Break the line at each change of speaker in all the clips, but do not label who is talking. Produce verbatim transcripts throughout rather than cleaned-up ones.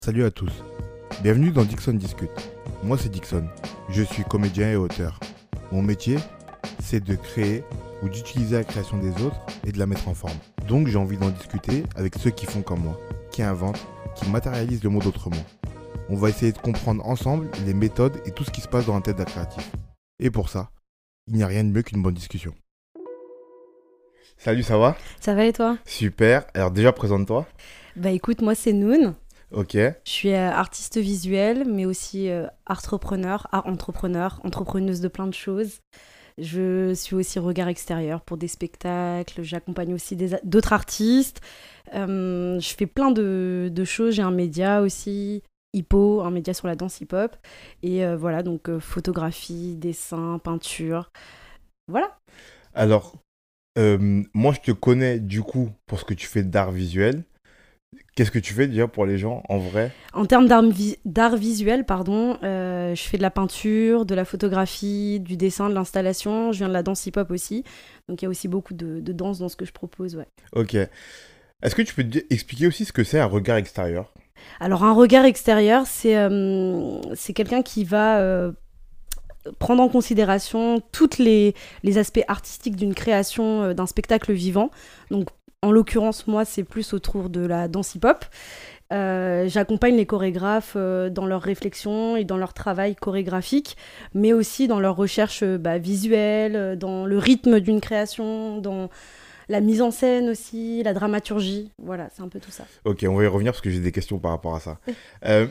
Salut à tous, bienvenue dans Dixon Discute. Moi c'est Dixon, je suis comédien et auteur. Mon métier, c'est de créer ou d'utiliser la création des autres et de la mettre en forme. Donc j'ai envie d'en discuter avec ceux qui font comme moi, qui inventent, qui matérialisent le monde autrement. On va essayer de comprendre ensemble les méthodes et tout ce qui se passe dans la tête d'un créatif. Et pour ça, il n'y a rien de mieux qu'une bonne discussion. Salut, ça va?
Ça va et toi?
Super, alors déjà présente-toi.
Bah écoute, moi c'est Noun.
Ok.
Je suis euh, artiste visuel, mais aussi euh, entrepreneur, art entrepreneur, entrepreneuse de plein de choses. Je suis aussi regard extérieur pour des spectacles. J'accompagne aussi des a- d'autres artistes. Euh, je fais plein de, de choses. J'ai un média aussi, Hippo, un média sur la danse hip-hop. Et euh, voilà, donc euh, photographie, dessin, peinture. Voilà.
Alors, euh, moi je te connais du coup pour ce que tu fais d'art visuel. Qu'est-ce que tu fais déjà pour les gens en vrai?
En termes d'art, vi- d'art visuel, pardon, euh, je fais de la peinture, de la photographie, du dessin, de l'installation. Je viens de la danse hip-hop aussi. Donc il y a aussi beaucoup de, de danse dans ce que je propose, ouais.
Ok. Est-ce que tu peux te di- expliquer aussi ce que c'est un regard extérieur?
Alors un regard extérieur, c'est euh, c'est quelqu'un qui va euh, prendre en considération tous les, les aspects artistiques d'une création, euh, d'un spectacle vivant. Donc en l'occurrence, moi, c'est plus autour de la danse hip-hop. Euh, j'accompagne les chorégraphes euh, dans leurs réflexions et dans leur travail chorégraphique, mais aussi dans leur recherche euh, bah, visuelle, euh, dans le rythme d'une création, dans la mise en scène aussi, la dramaturgie. Voilà, c'est un peu tout ça.
Ok, on va y revenir parce que j'ai des questions par rapport à ça. Euh,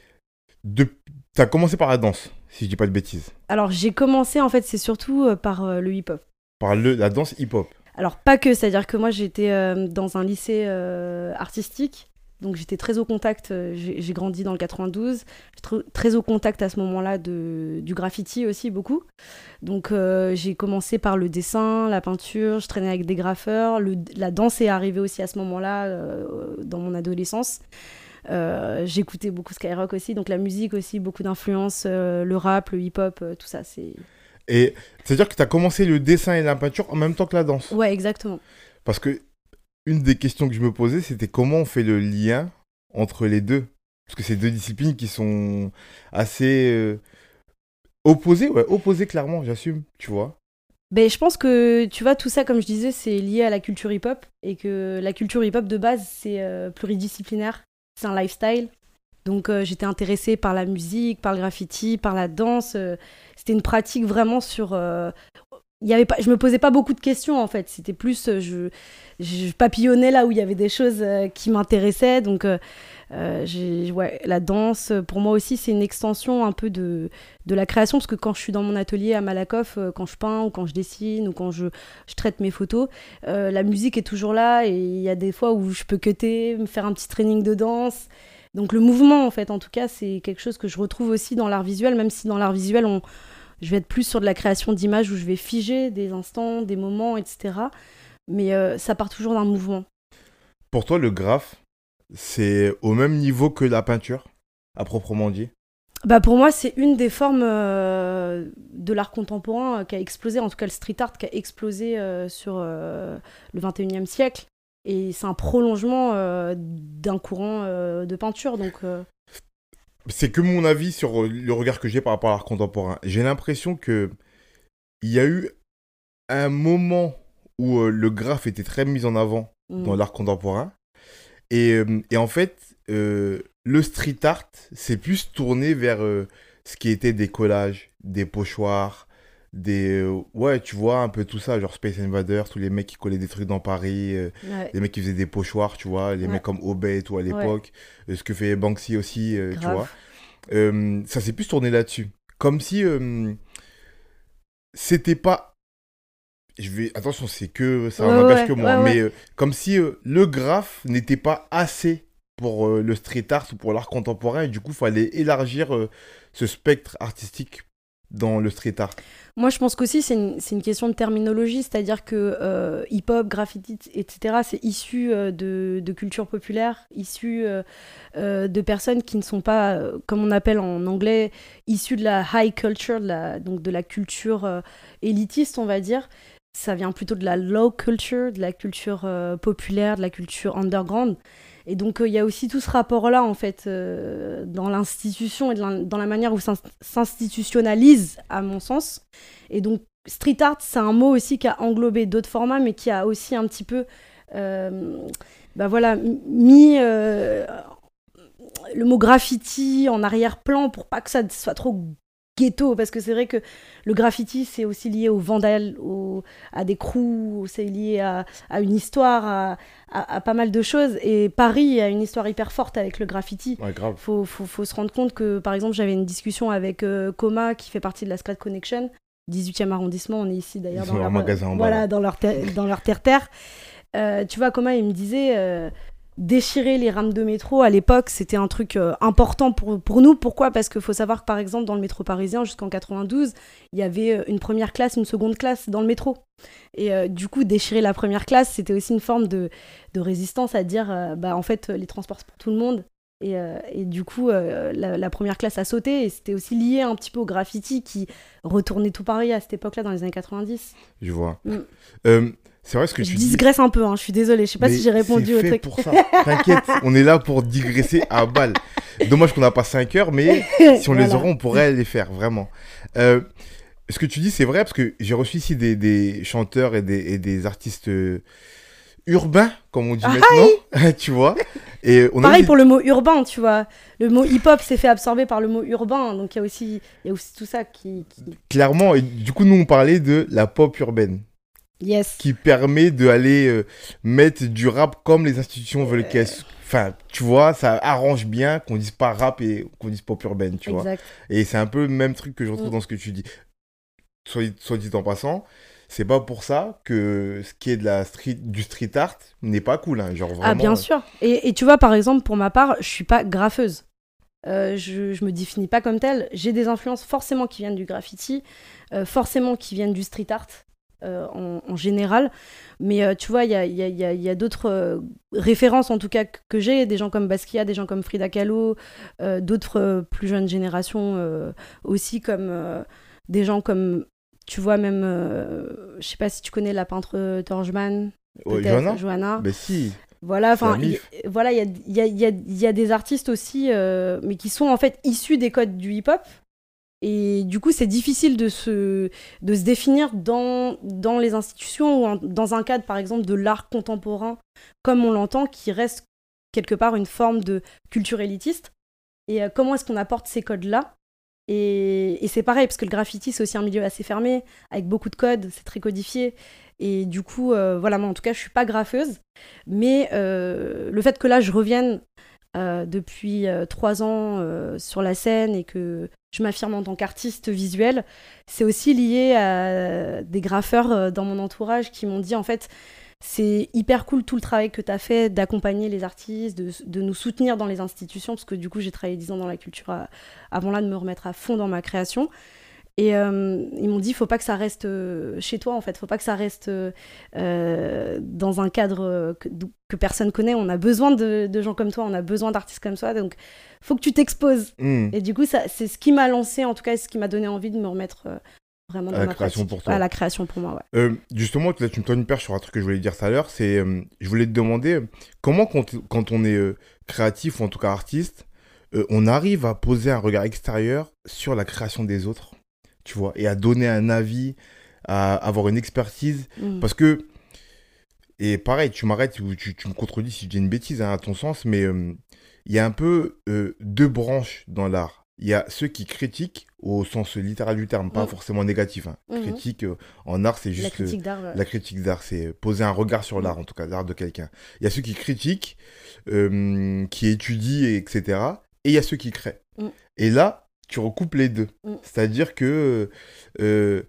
de... T'as commencé par la danse, si je dis pas de bêtises.
Alors j'ai commencé, en fait, c'est surtout euh, par euh, le hip-hop.
Par le... la danse hip-hop.
Alors pas que, c'est-à-dire que moi j'étais euh, dans un lycée euh, artistique, donc j'étais très au contact, euh, j'ai j'ai grandi dans le quatre-vingt-douze, j'étais tr- très au contact à ce moment-là de, du graffiti aussi beaucoup. Donc euh, j'ai commencé par le dessin, la peinture, je traînais avec des graffeurs, le- la danse est arrivée aussi à ce moment-là euh, dans mon adolescence. Euh, j'écoutais beaucoup Skyrock aussi, donc la musique aussi, beaucoup d'influence, euh, le rap, le hip-hop, euh, tout ça, c'est...
Et c'est-à-dire que t'as commencé le dessin et la peinture en même temps que la danse.
Ouais, exactement.
Parce que une des questions que je me posais, c'était comment on fait le lien entre les deux. Parce que c'est deux disciplines qui sont assez euh, opposées, ouais, opposées clairement, j'assume, tu vois.
Ben, je pense que, tu vois, tout ça, comme je disais, c'est lié à la culture hip-hop et que la culture hip-hop de base, c'est euh, pluridisciplinaire, c'est un lifestyle. Donc euh, j'étais intéressée par la musique, par le graffiti, par la danse. euh, c'était une pratique vraiment sur... euh, il y avait pas, je me posais pas beaucoup de questions en fait. C'était plus, euh, je, je papillonnais là où il y avait des choses euh, qui m'intéressaient. Donc euh, euh, j'ai, ouais, la danse, euh, pour moi aussi, c'est une extension un peu de, de la création. Parce que quand je suis dans mon atelier à Malakoff, euh, quand je peins ou quand je dessine ou quand je, je traite mes photos, euh, la musique est toujours là. Et il y a des fois où je peux cutter, me faire un petit training de danse. Donc le mouvement, en fait, en tout cas, c'est quelque chose que je retrouve aussi dans l'art visuel, même si dans l'art visuel, on, je vais être plus sur de la création d'images où je vais figer des instants, des moments, et cetera. Mais euh, ça part toujours d'un mouvement.
Pour toi, le graphe, c'est au même niveau que la peinture, à proprement dit.
Bah pour moi, c'est une des formes euh, de l'art contemporain euh, qui a explosé, en tout cas le street art qui a explosé euh, sur euh, le vingt et unième siècle. Et c'est un prolongement euh, d'un courant euh, de peinture. Donc, euh,
C'est que mon avis sur euh, le regard que j'ai par rapport à l'art contemporain. J'ai l'impression que il y a eu un moment où euh, le graphe était très mis en avant dans
mm,
l'art contemporain. Et, euh, et en fait, euh, le street art s'est plus tourné vers euh, ce qui était des collages, des pochoirs, des... euh, ouais, tu vois, un peu tout ça, genre Space Invaders, tous les mecs qui collaient des trucs dans Paris, euh,
ouais,
les mecs qui faisaient des pochoirs, tu vois, les
ouais,
mecs comme Obey et tout à
ouais,
l'époque, euh, ce que fait Banksy aussi, euh, tu vois.
grave.
Euh, ça s'est plus tourné là-dessus. Comme si euh, c'était pas... Je vais... Attention, c'est que... Ça
Ouais,
n'engage que
ouais,
moi.
ouais,
Mais
ouais.
euh, comme si euh, le graphe n'était pas assez pour euh, le street art ou pour l'art contemporain. Et du coup, il fallait élargir euh, ce spectre artistique dans le street art.
Moi, je pense qu'aussi, c'est une, c'est une question de terminologie, c'est-à-dire que euh, hip-hop, graffiti, et cetera, c'est issu euh, de, de culture populaire, issu euh, euh, de personnes qui ne sont pas, euh, comme on appelle en anglais, issues de la high culture, de la, donc de la culture euh, élitiste, on va dire. Ça vient plutôt de la low culture, de la culture euh, populaire, de la culture underground. Et donc, il euh, y a aussi tout ce rapport-là, en fait, euh, dans l'institution et la, dans la manière où ça s'institutionnalise, à mon sens. Et donc, street art, c'est un mot aussi qui a englobé d'autres formats, mais qui a aussi un petit peu, euh, bah voilà, mis euh, le mot graffiti en arrière-plan pour pas que ça soit trop ghetto, parce que c'est vrai que le graffiti, c'est aussi lié au vandal, au, à des crews, c'est lié à, à une histoire, à, à, à pas mal de choses. Et Paris a une histoire hyper forte avec le graffiti.
Ouais, grave.
Faut, faut, faut se rendre compte que, par exemple, j'avais une discussion avec euh, Coma, qui fait partie de la Scrat Connection, dix-huitième arrondissement, on est ici d'ailleurs.
Ils
dans
ont leur
leur,
magasin en bas.
Voilà, dans leur, ter- dans leur terre-terre. Euh, tu vois, Coma, il me disait... Euh, déchirer les rames de métro à l'époque, c'était un truc euh, important pour, pour nous. Pourquoi ? Parce qu'il faut savoir que par exemple dans le métro parisien jusqu'en quatre-vingt-douze, il y avait une première classe, une seconde classe dans le métro. Et euh, du coup, déchirer la première classe, c'était aussi une forme de, de résistance à dire euh, bah en fait les transports c'est pour tout le monde. Et, euh, et du coup, euh, la, la première classe a sauté, et c'était aussi lié un petit peu au graffiti qui retournait tout Paris à cette époque-là, dans les années quatre-vingt-dix.
Je vois.
Mm.
Euh, c'est vrai ce que
je
tu dis.
Je digresse un peu, hein, je suis désolée, je sais pas
Mais
si j'ai répondu au
c'est fait
truc.
pour ça. T'inquiète, on est là pour digresser à balle. Dommage qu'on n'a pas cinq heures, mais si on
Voilà.
les aurait, on pourrait les faire, vraiment. Euh, ce que tu dis, c'est vrai, parce que j'ai reçu ici des, des chanteurs et des, et des artistes euh, urbains, comme on dit
Ah,
maintenant, tu vois. Et on
Pareil
a
pour le mot urbain, tu vois. Le mot hip-hop s'est fait absorber par le mot urbain, donc il y a aussi, il y a aussi tout ça qui, qui...
Clairement, et du coup, nous, on parlait de la pop urbaine.
Yes.
Qui permet d'aller euh, mettre du rap comme les institutions veulent
Euh...
qu'elles... Enfin, tu vois, ça arrange bien qu'on dise pas rap et qu'on dise pop urbaine, tu
exact.
vois. Et c'est un peu le même truc que je retrouve mm. dans ce que tu dis. Soit, soit dit en passant, c'est pas pour ça que ce qui est de la street, du street art n'est pas cool. Hein, genre vraiment,
ah, bien euh... sûr. Et, et tu vois, par exemple, pour ma part, je suis pas graffeuse. Euh, je, je me définis pas comme telle. J'ai des influences forcément qui viennent du graffiti, euh, forcément qui viennent du street art. Euh, en, en général, mais euh, tu vois, il y a, y a, y a, y a d'autres euh, références en tout cas que, que j'ai, des gens comme Basquiat, des gens comme Frida Kahlo, euh, d'autres euh, plus jeunes générations euh, aussi, comme euh, des gens comme, tu vois, même, euh, je sais pas si tu connais la peintre Torjman,
oh,
Johanna, Johanna.
Mais si.
Voilà, enfin, voilà, il y a, y, a, y, a, y a des artistes aussi, euh, mais qui sont en fait issus des codes du hip-hop. Et du coup, c'est difficile de se, de se définir dans, dans les institutions ou en, dans un cadre, par exemple, de l'art contemporain, comme on l'entend, qui reste quelque part une forme de culture élitiste. Et euh, comment est-ce qu'on apporte ces codes-là ? et, et c'est pareil, parce que le graffiti, c'est aussi un milieu assez fermé, avec beaucoup de codes, c'est très codifié. Et du coup, euh, voilà, moi, en tout cas, je ne suis pas graffeuse. Mais euh, le fait que là, je revienne euh, depuis euh, trois ans euh, sur la scène et que je m'affirme en tant qu'artiste visuel, c'est aussi lié à des graffeurs dans mon entourage qui m'ont dit en fait c'est hyper cool tout le travail que tu as fait d'accompagner les artistes, de, de nous soutenir dans les institutions, parce que du coup j'ai travaillé dix ans dans la culture à, avant là de me remettre à fond dans ma création. Et euh, ils m'ont dit, faut pas que ça reste euh, chez toi, en fait. Faut pas que ça reste euh, dans un cadre que, que personne connaît. On a besoin de, de gens comme toi, on a besoin d'artistes comme toi. Donc, faut que tu t'exposes. Mmh. Et du coup, ça, c'est ce qui m'a lancé, en tout cas, ce qui m'a donné envie de me remettre euh, vraiment dans
à la
ma
création
pratique.
pour toi.
À la création pour moi, ouais.
Euh, justement, là, tu me donnes une perche sur un truc que je voulais dire tout à l'heure. C'est, euh, je voulais te demander, comment, quand, quand on est euh, créatif, ou en tout cas artiste, euh, on arrive à poser un regard extérieur sur la création des autres, tu vois, et à donner un avis, à avoir une expertise, mmh. parce que, et pareil, tu m'arrêtes ou tu, tu me contredis si je dis une bêtise, hein, à ton sens, mais il euh, y a un peu euh, deux branches dans l'art. Il y a ceux qui critiquent, au sens littéral du terme, pas mmh. forcément négatif. Hein. Mmh. Critique euh, en art, c'est juste
la critique d'art. Ouais.
La critique d'art, c'est poser un regard sur mmh. l'art, en tout cas, l'art de quelqu'un. Il y a ceux qui critiquent, euh, qui étudient, et cetera. Et il y a ceux qui créent. Mmh. Et là, tu recoupes les deux. Mm. C'est-à-dire que euh,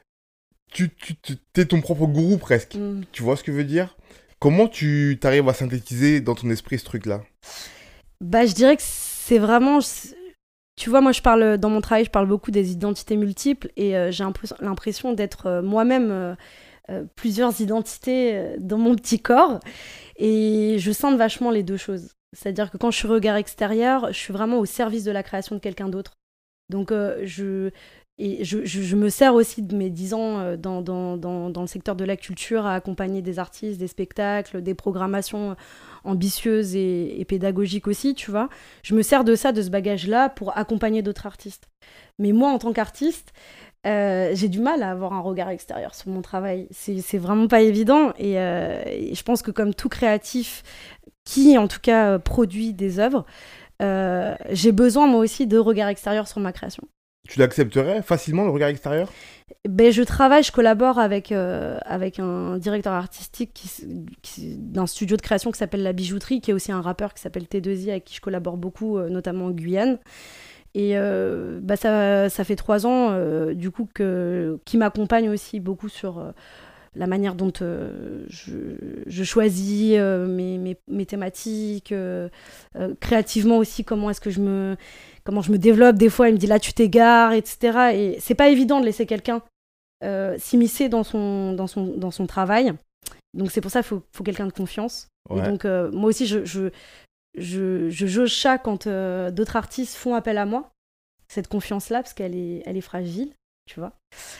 tu, tu, tu es ton propre gourou presque. Mm. Tu vois ce que je veux dire ? Comment tu t'arrives à synthétiser dans ton esprit ce truc-là ?
Bah, je dirais que c'est vraiment... Tu vois, moi, je parle, dans mon travail, je parle beaucoup des identités multiples et euh, j'ai un peu l'impression d'être euh, moi-même euh, euh, plusieurs identités euh, dans mon petit corps. Et je sens vachement les deux choses. C'est-à-dire que quand je suis regard extérieur, je suis vraiment au service de la création de quelqu'un d'autre. Donc, euh, je... et je, je, je me sers aussi de mes dix ans dans, dans, dans, dans le secteur de la culture à accompagner des artistes, des spectacles, des programmations ambitieuses et, et pédagogiques aussi, tu vois. Je me sers de ça, de ce bagage-là, pour accompagner d'autres artistes. Mais moi, en tant qu'artiste, euh, j'ai du mal à avoir un regard extérieur sur mon travail. C'est, c'est vraiment pas évident. Et, euh, et je pense que comme tout créatif qui, en tout cas, euh, produit des œuvres, euh, j'ai besoin, moi aussi, de regard extérieur sur ma création.
Tu l'accepterais facilement, le regard extérieur?
Ben, je travaille, je collabore avec, euh, avec un directeur artistique qui, qui, d'un studio de création qui s'appelle La Bijouterie, qui est aussi un rappeur qui s'appelle T deux I, avec qui je collabore beaucoup, euh, notamment en Guyane. Et euh, bah ça, ça fait trois ans, euh, du coup, que, qui m'accompagne aussi beaucoup sur euh, la manière dont euh, je, je choisis euh, mes, mes, mes thématiques, euh, euh, créativement aussi, comment est-ce que je me... comment je me développe. Des fois, il me dit là, tu t'égares, et cetera. Et c'est pas évident de laisser quelqu'un euh, s'immiscer dans son, dans, son, dans son travail. Donc, c'est pour ça qu'il faut, faut quelqu'un de confiance. Ouais. Et donc, euh, moi aussi, je, je, je, je jauge ça quand euh, d'autres artistes font appel à moi, cette confiance-là, parce qu'elle est, elle est fragile, tu vois.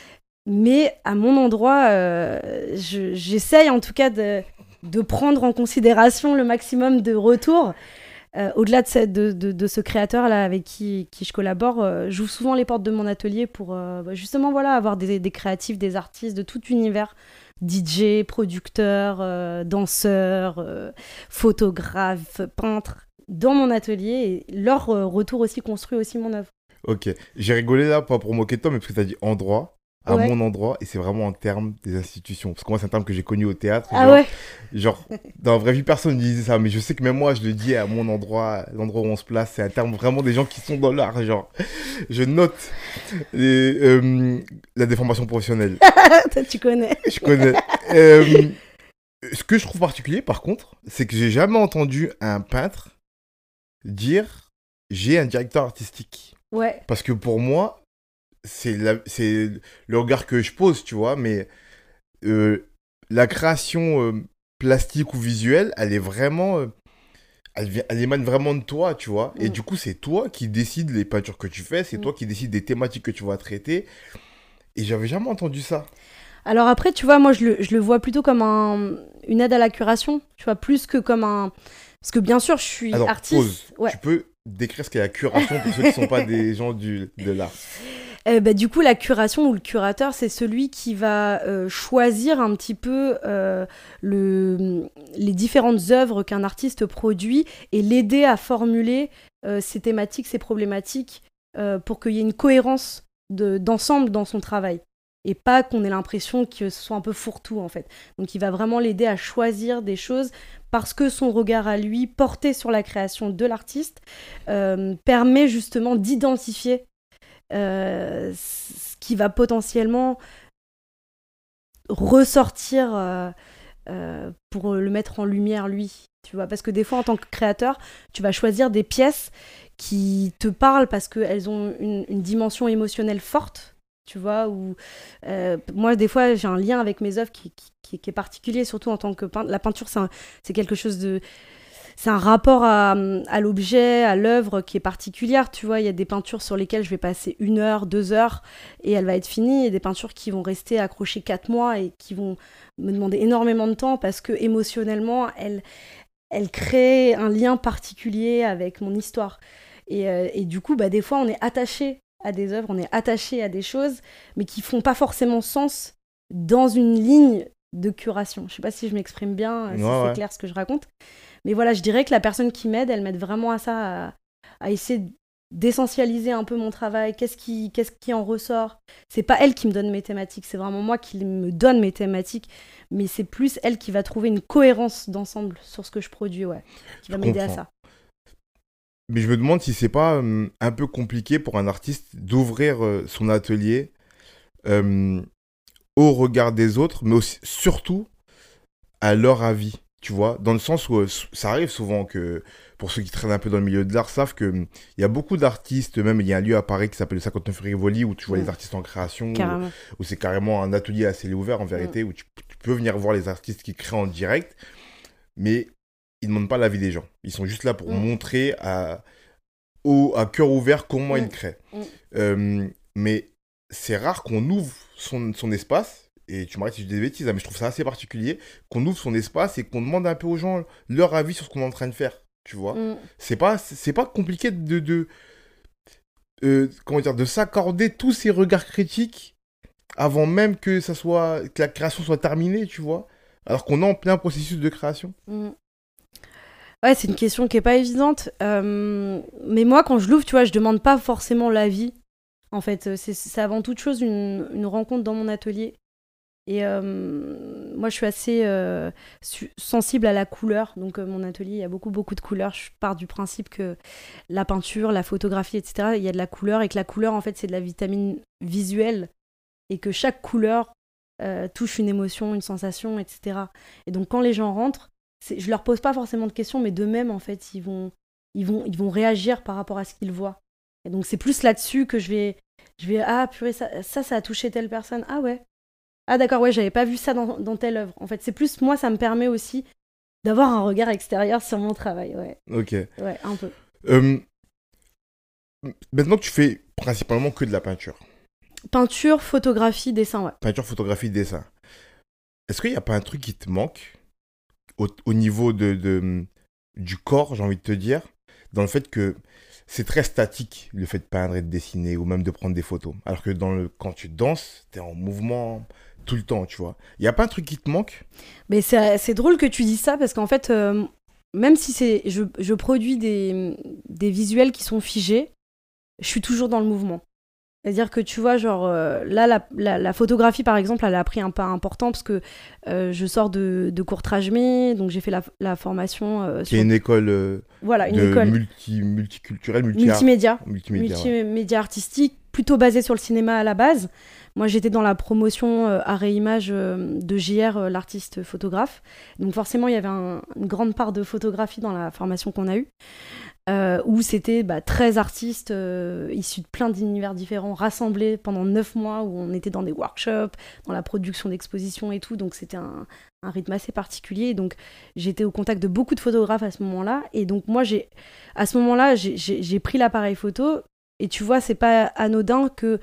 Mais à mon endroit, euh, je, j'essaye en tout cas de, de prendre en considération le maximum de retours. Euh, au-delà de ce, de, de, de ce créateur-là avec qui, qui je collabore, euh, j'ouvre souvent les portes de mon atelier pour euh, justement voilà, avoir des, des créatifs, des artistes de tout univers, D J, producteurs, euh, danseurs, euh, photographes, peintres, dans mon atelier. Et leur euh, retour aussi construit aussi mon œuvre.
Ok, j'ai rigolé là, pas pour moquer de toi, mais parce que tu as dit endroit. À ouais. Mon endroit, et c'est vraiment en termes des institutions. Parce que moi, c'est un terme que j'ai connu au théâtre.
Ah
genre,
ouais
genre, dans la vraie vie, personne ne disait ça, mais je sais que même moi, je le dis à mon endroit, l'endroit où on se place, c'est un terme vraiment des gens qui sont dans l'art. Genre, je note les, euh, la déformation professionnelle.
Tu connais.
Je connais. euh, ce que je trouve particulier, par contre, c'est que j'ai jamais entendu un peintre dire « j'ai un directeur artistique ».
Ouais.
Parce que pour moi, c'est, la, c'est le regard que je pose, tu vois, mais euh, la création euh, plastique ou visuelle, elle est vraiment... Euh, elle, vient, elle émane vraiment de toi, tu vois. Mm. Et du coup, c'est toi qui décides les peintures que tu fais, c'est mm. toi qui décides des thématiques que tu vas traiter. Et j'avais jamais entendu ça.
Alors après, tu vois, moi, je le, je le vois plutôt comme un, une aide à la curation, tu vois, plus que comme un... Parce que bien sûr, je suis
Alors,
artiste.
Pause. Ouais. Tu peux décrire ce qu'est la curation pour ceux qui ne sont pas des gens du, de l'art?
Euh, bah, du coup, la curation ou le curateur, c'est celui qui va euh, choisir un petit peu euh, le, les différentes œuvres qu'un artiste produit et l'aider à formuler euh, ses thématiques, ses problématiques euh, pour qu'il y ait une cohérence de, d'ensemble dans son travail. Et pas qu'on ait l'impression que ce soit un peu fourre-tout, en fait. Donc, il va vraiment l'aider à choisir des choses parce que son regard à lui, porté sur la création de l'artiste, euh, permet justement d'identifier Euh, ce qui va potentiellement ressortir euh, euh, pour le mettre en lumière lui, tu vois, parce que des fois en tant que créateur tu vas choisir des pièces qui te parlent parce qu'elles ont une, une dimension émotionnelle forte, tu vois, ou euh, moi des fois j'ai un lien avec mes œuvres qui, qui, qui est particulier, surtout en tant que peintre. La peinture c'est, un, c'est quelque chose de c'est un rapport à, à l'objet, à l'œuvre qui est particulière, tu vois. Il y a des peintures sur lesquelles je vais passer une heure, deux heures et elle va être finie. Il y a des peintures qui vont rester accrochées quatre mois et qui vont me demander énormément de temps parce que émotionnellement, elles, elles créent un lien particulier avec mon histoire. Et, euh, et du coup, bah, des fois, on est attaché à des œuvres, on est attaché à des choses, mais qui font pas forcément sens dans une ligne de curation. Je sais pas si je m'exprime bien, ouais, si c'est ouais. clair ce que je raconte. Mais voilà, je dirais que la personne qui m'aide, elle m'aide vraiment à ça, à, à essayer d'essentialiser un peu mon travail. Qu'est-ce qui, qu'est-ce qui en ressort ? C'est pas elle qui me donne mes thématiques, c'est vraiment moi qui me donne mes thématiques, mais c'est plus elle qui va trouver une cohérence d'ensemble sur ce que je produis, ouais, qui va
je
m'aider
comprends.
à ça.
Mais je me demande si c'est pas euh, un peu compliqué pour un artiste d'ouvrir euh, son atelier euh, au regard des autres, mais aussi, surtout à leur avis. Tu vois, dans le sens où euh, ça arrive souvent que, pour ceux qui traînent un peu dans le milieu de l'art, savent qu'il y a beaucoup d'artistes, même il y a un lieu à Paris qui s'appelle le cinquante-neuf Rivoli, où tu vois mmh. les artistes en création, où, où c'est carrément un atelier à ciel ouvert en vérité, mmh. où tu, tu peux venir voir les artistes qui créent en direct, mais ils ne demandent pas l'avis des gens. Ils sont juste là pour mmh. montrer à, au, à cœur ouvert comment mmh. ils créent. Mmh. Euh, mais c'est rare qu'on ouvre son, son espace, et tu m'arrêtes si je dis des bêtises, hein, mais je trouve ça assez particulier, qu'on ouvre son espace et qu'on demande un peu aux gens leur avis sur ce qu'on est en train de faire, tu vois.
Mm.
C'est pas, c'est pas compliqué de, de, euh, comment dire, de s'accorder tous ces regards critiques avant même que, ça soit, que la création soit terminée, tu vois, alors qu'on est en plein processus de création.
Mm. Ouais, c'est une question qui est pas évidente. Euh, mais moi, quand je l'ouvre, tu vois, je demande pas forcément l'avis. En fait, c'est, c'est avant toute chose une, une rencontre dans mon atelier. Et euh, moi, je suis assez euh, su- sensible à la couleur. Donc, euh, mon atelier, il y a beaucoup, beaucoup de couleurs. Je pars du principe que la peinture, la photographie, et cetera, il y a de la couleur et que la couleur, en fait, c'est de la vitamine visuelle et que chaque couleur euh, touche une émotion, une sensation, et cetera. Et donc, quand les gens rentrent, c'est, je leur pose pas forcément de questions, mais d'eux-mêmes, en fait, ils vont, ils vont, ils vont réagir par rapport à ce qu'ils voient. Et donc, c'est plus là-dessus que je vais, je vais ah, purée, ça, ça, ça a touché telle personne. Ah ouais. Ah d'accord, ouais, j'avais pas vu ça dans, dans telle œuvre. En fait, c'est plus, moi, ça me permet aussi d'avoir un regard extérieur sur mon travail, ouais.
Ok.
Ouais, un peu.
Euh, maintenant que tu fais principalement que de la peinture,
Peinture, photographie, dessin, ouais.
peinture, photographie, dessin, est-ce qu'il n'y a pas un truc qui te manque au, au niveau de, de, du corps, j'ai envie de te dire, dans le fait que c'est très statique, le fait de peindre et de dessiner, ou même de prendre des photos. Alors que dans le, quand tu danses, t'es en mouvement tout le temps, tu vois. Il n'y a pas un truc qui te manque?
Mais c'est, c'est drôle que tu dises ça, parce qu'en fait, euh, même si c'est, je, je produis des, des visuels qui sont figés, je suis toujours dans le mouvement. C'est-à-dire que tu vois, genre, euh, là, la, la, la photographie, par exemple, elle a pris un pas important parce que euh, je sors de, de Courtrajmé, donc j'ai fait la, la formation... Euh,
Qui
sur...
est une école, euh,
voilà, une
de
école
multi, multiculturelle, multi
multimédia,
multimédia, ouais.
multimédia artistique, plutôt basée sur le cinéma à la base. Moi, j'étais dans la promotion euh, art et image euh, de J R, euh, l'artiste photographe. Donc forcément, il y avait un, une grande part de photographie dans la formation qu'on a eue. Euh, où c'était bah, treize artistes euh, issus de plein d'univers différents, rassemblés pendant neuf mois, où on était dans des workshops, dans la production d'expositions et tout, donc c'était un, un rythme assez particulier. Et donc j'étais au contact de beaucoup de photographes à ce moment-là, et donc moi, j'ai, à ce moment-là, j'ai, j'ai, j'ai pris l'appareil photo, et tu vois, c'est pas anodin que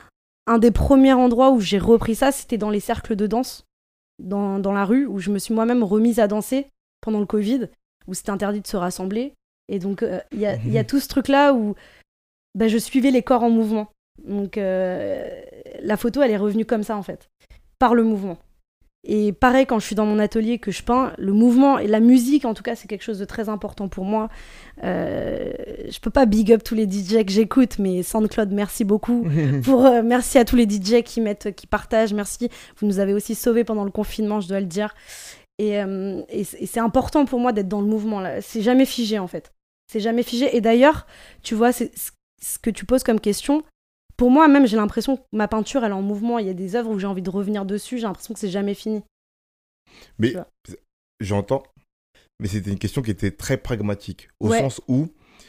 un des premiers endroits où j'ai repris ça, c'était dans les cercles de danse, dans, dans la rue, où je me suis moi-même remise à danser pendant le Covid, où c'était interdit de se rassembler. Et donc, il euh, y, a, y a tout ce truc-là où bah, je suivais les corps en mouvement. Donc, euh, la photo, elle est revenue comme ça, en fait, par le mouvement. Et pareil, quand je suis dans mon atelier, que je peins, le mouvement et la musique, en tout cas, c'est quelque chose de très important pour moi. Euh, je peux pas big up tous les D J que j'écoute, mais SoundCloud, merci beaucoup. pour, euh, merci à tous les D J qui mettent, qui partagent, merci. Vous nous avez aussi sauvés pendant le confinement, je dois le dire. Et, euh, et, et c'est important pour moi d'être dans le mouvement, là. C'est jamais figé, en fait. C'est jamais figé. Et d'ailleurs, tu vois, c'est ce que tu poses comme question. Pour moi, même, j'ai l'impression que ma peinture, elle est en mouvement. Il y a des œuvres où j'ai envie de revenir dessus. J'ai l'impression que c'est jamais fini.
Mais j'entends. Mais c'était une question qui était très pragmatique. Au ouais. sens où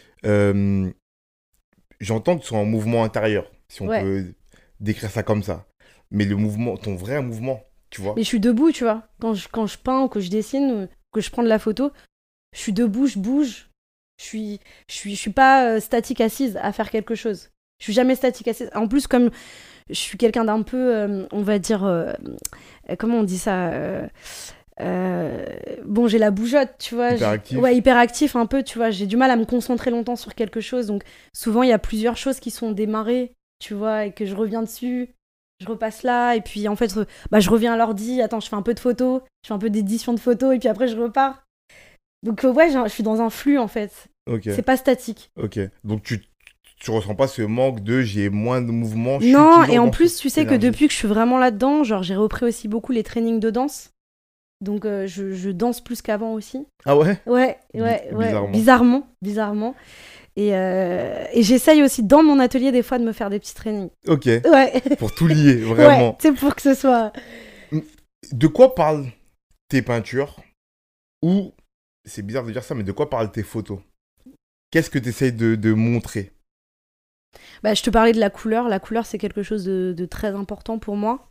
euh, j'entends que tu sois en mouvement intérieur, si on ouais. peut décrire ça comme ça. Mais le mouvement, ton vrai mouvement, tu vois.
Mais je suis debout, tu vois. Quand je, quand je peins ou que je dessine ou que je prends de la photo, je suis debout, je bouge. Je suis, je suis, je suis pas euh, statique assise à faire quelque chose. Je suis jamais statique assise. En plus, comme je suis quelqu'un d'un peu, euh, on va dire, euh, comment on dit ça euh, euh, bon, j'ai la bougeotte, tu vois.
Hyperactif.
Ouais, hyperactif un peu, tu vois. J'ai du mal à me concentrer longtemps sur quelque chose. Donc, souvent, il y a plusieurs choses qui sont démarrées, tu vois, et que je reviens dessus. Je repasse là, et puis en fait, bah, je reviens à l'ordi. Attends, je fais un peu de photos, je fais un peu d'édition de photos, et puis après, je repars. Donc euh, ouais, je suis dans un flux en fait.
Okay.
C'est pas statique.
Ok. Donc tu tu ressens pas ce manque de j'ai moins de mouvement.
Non, et en plus tu sais énergie. Que depuis que je suis vraiment là-dedans, genre j'ai repris aussi beaucoup les trainings de danse. Donc euh, je, je danse plus qu'avant aussi.
Ah ouais.
Ouais, ouais,
B-
ouais.
Bizarrement.
Bizarrement, bizarrement. Et, euh, et j'essaye aussi dans mon atelier des fois de me faire des petits trainings.
Ok.
Ouais.
Pour tout lier, vraiment.
Ouais, c'est pour que ce soit.
De quoi parlent tes peintures ou c'est bizarre de dire ça, mais de quoi parlent tes photos? Qu'est-ce que tu essayes de, de montrer?
Bah, je te parlais de la couleur. La couleur, c'est quelque chose de, de très important pour moi.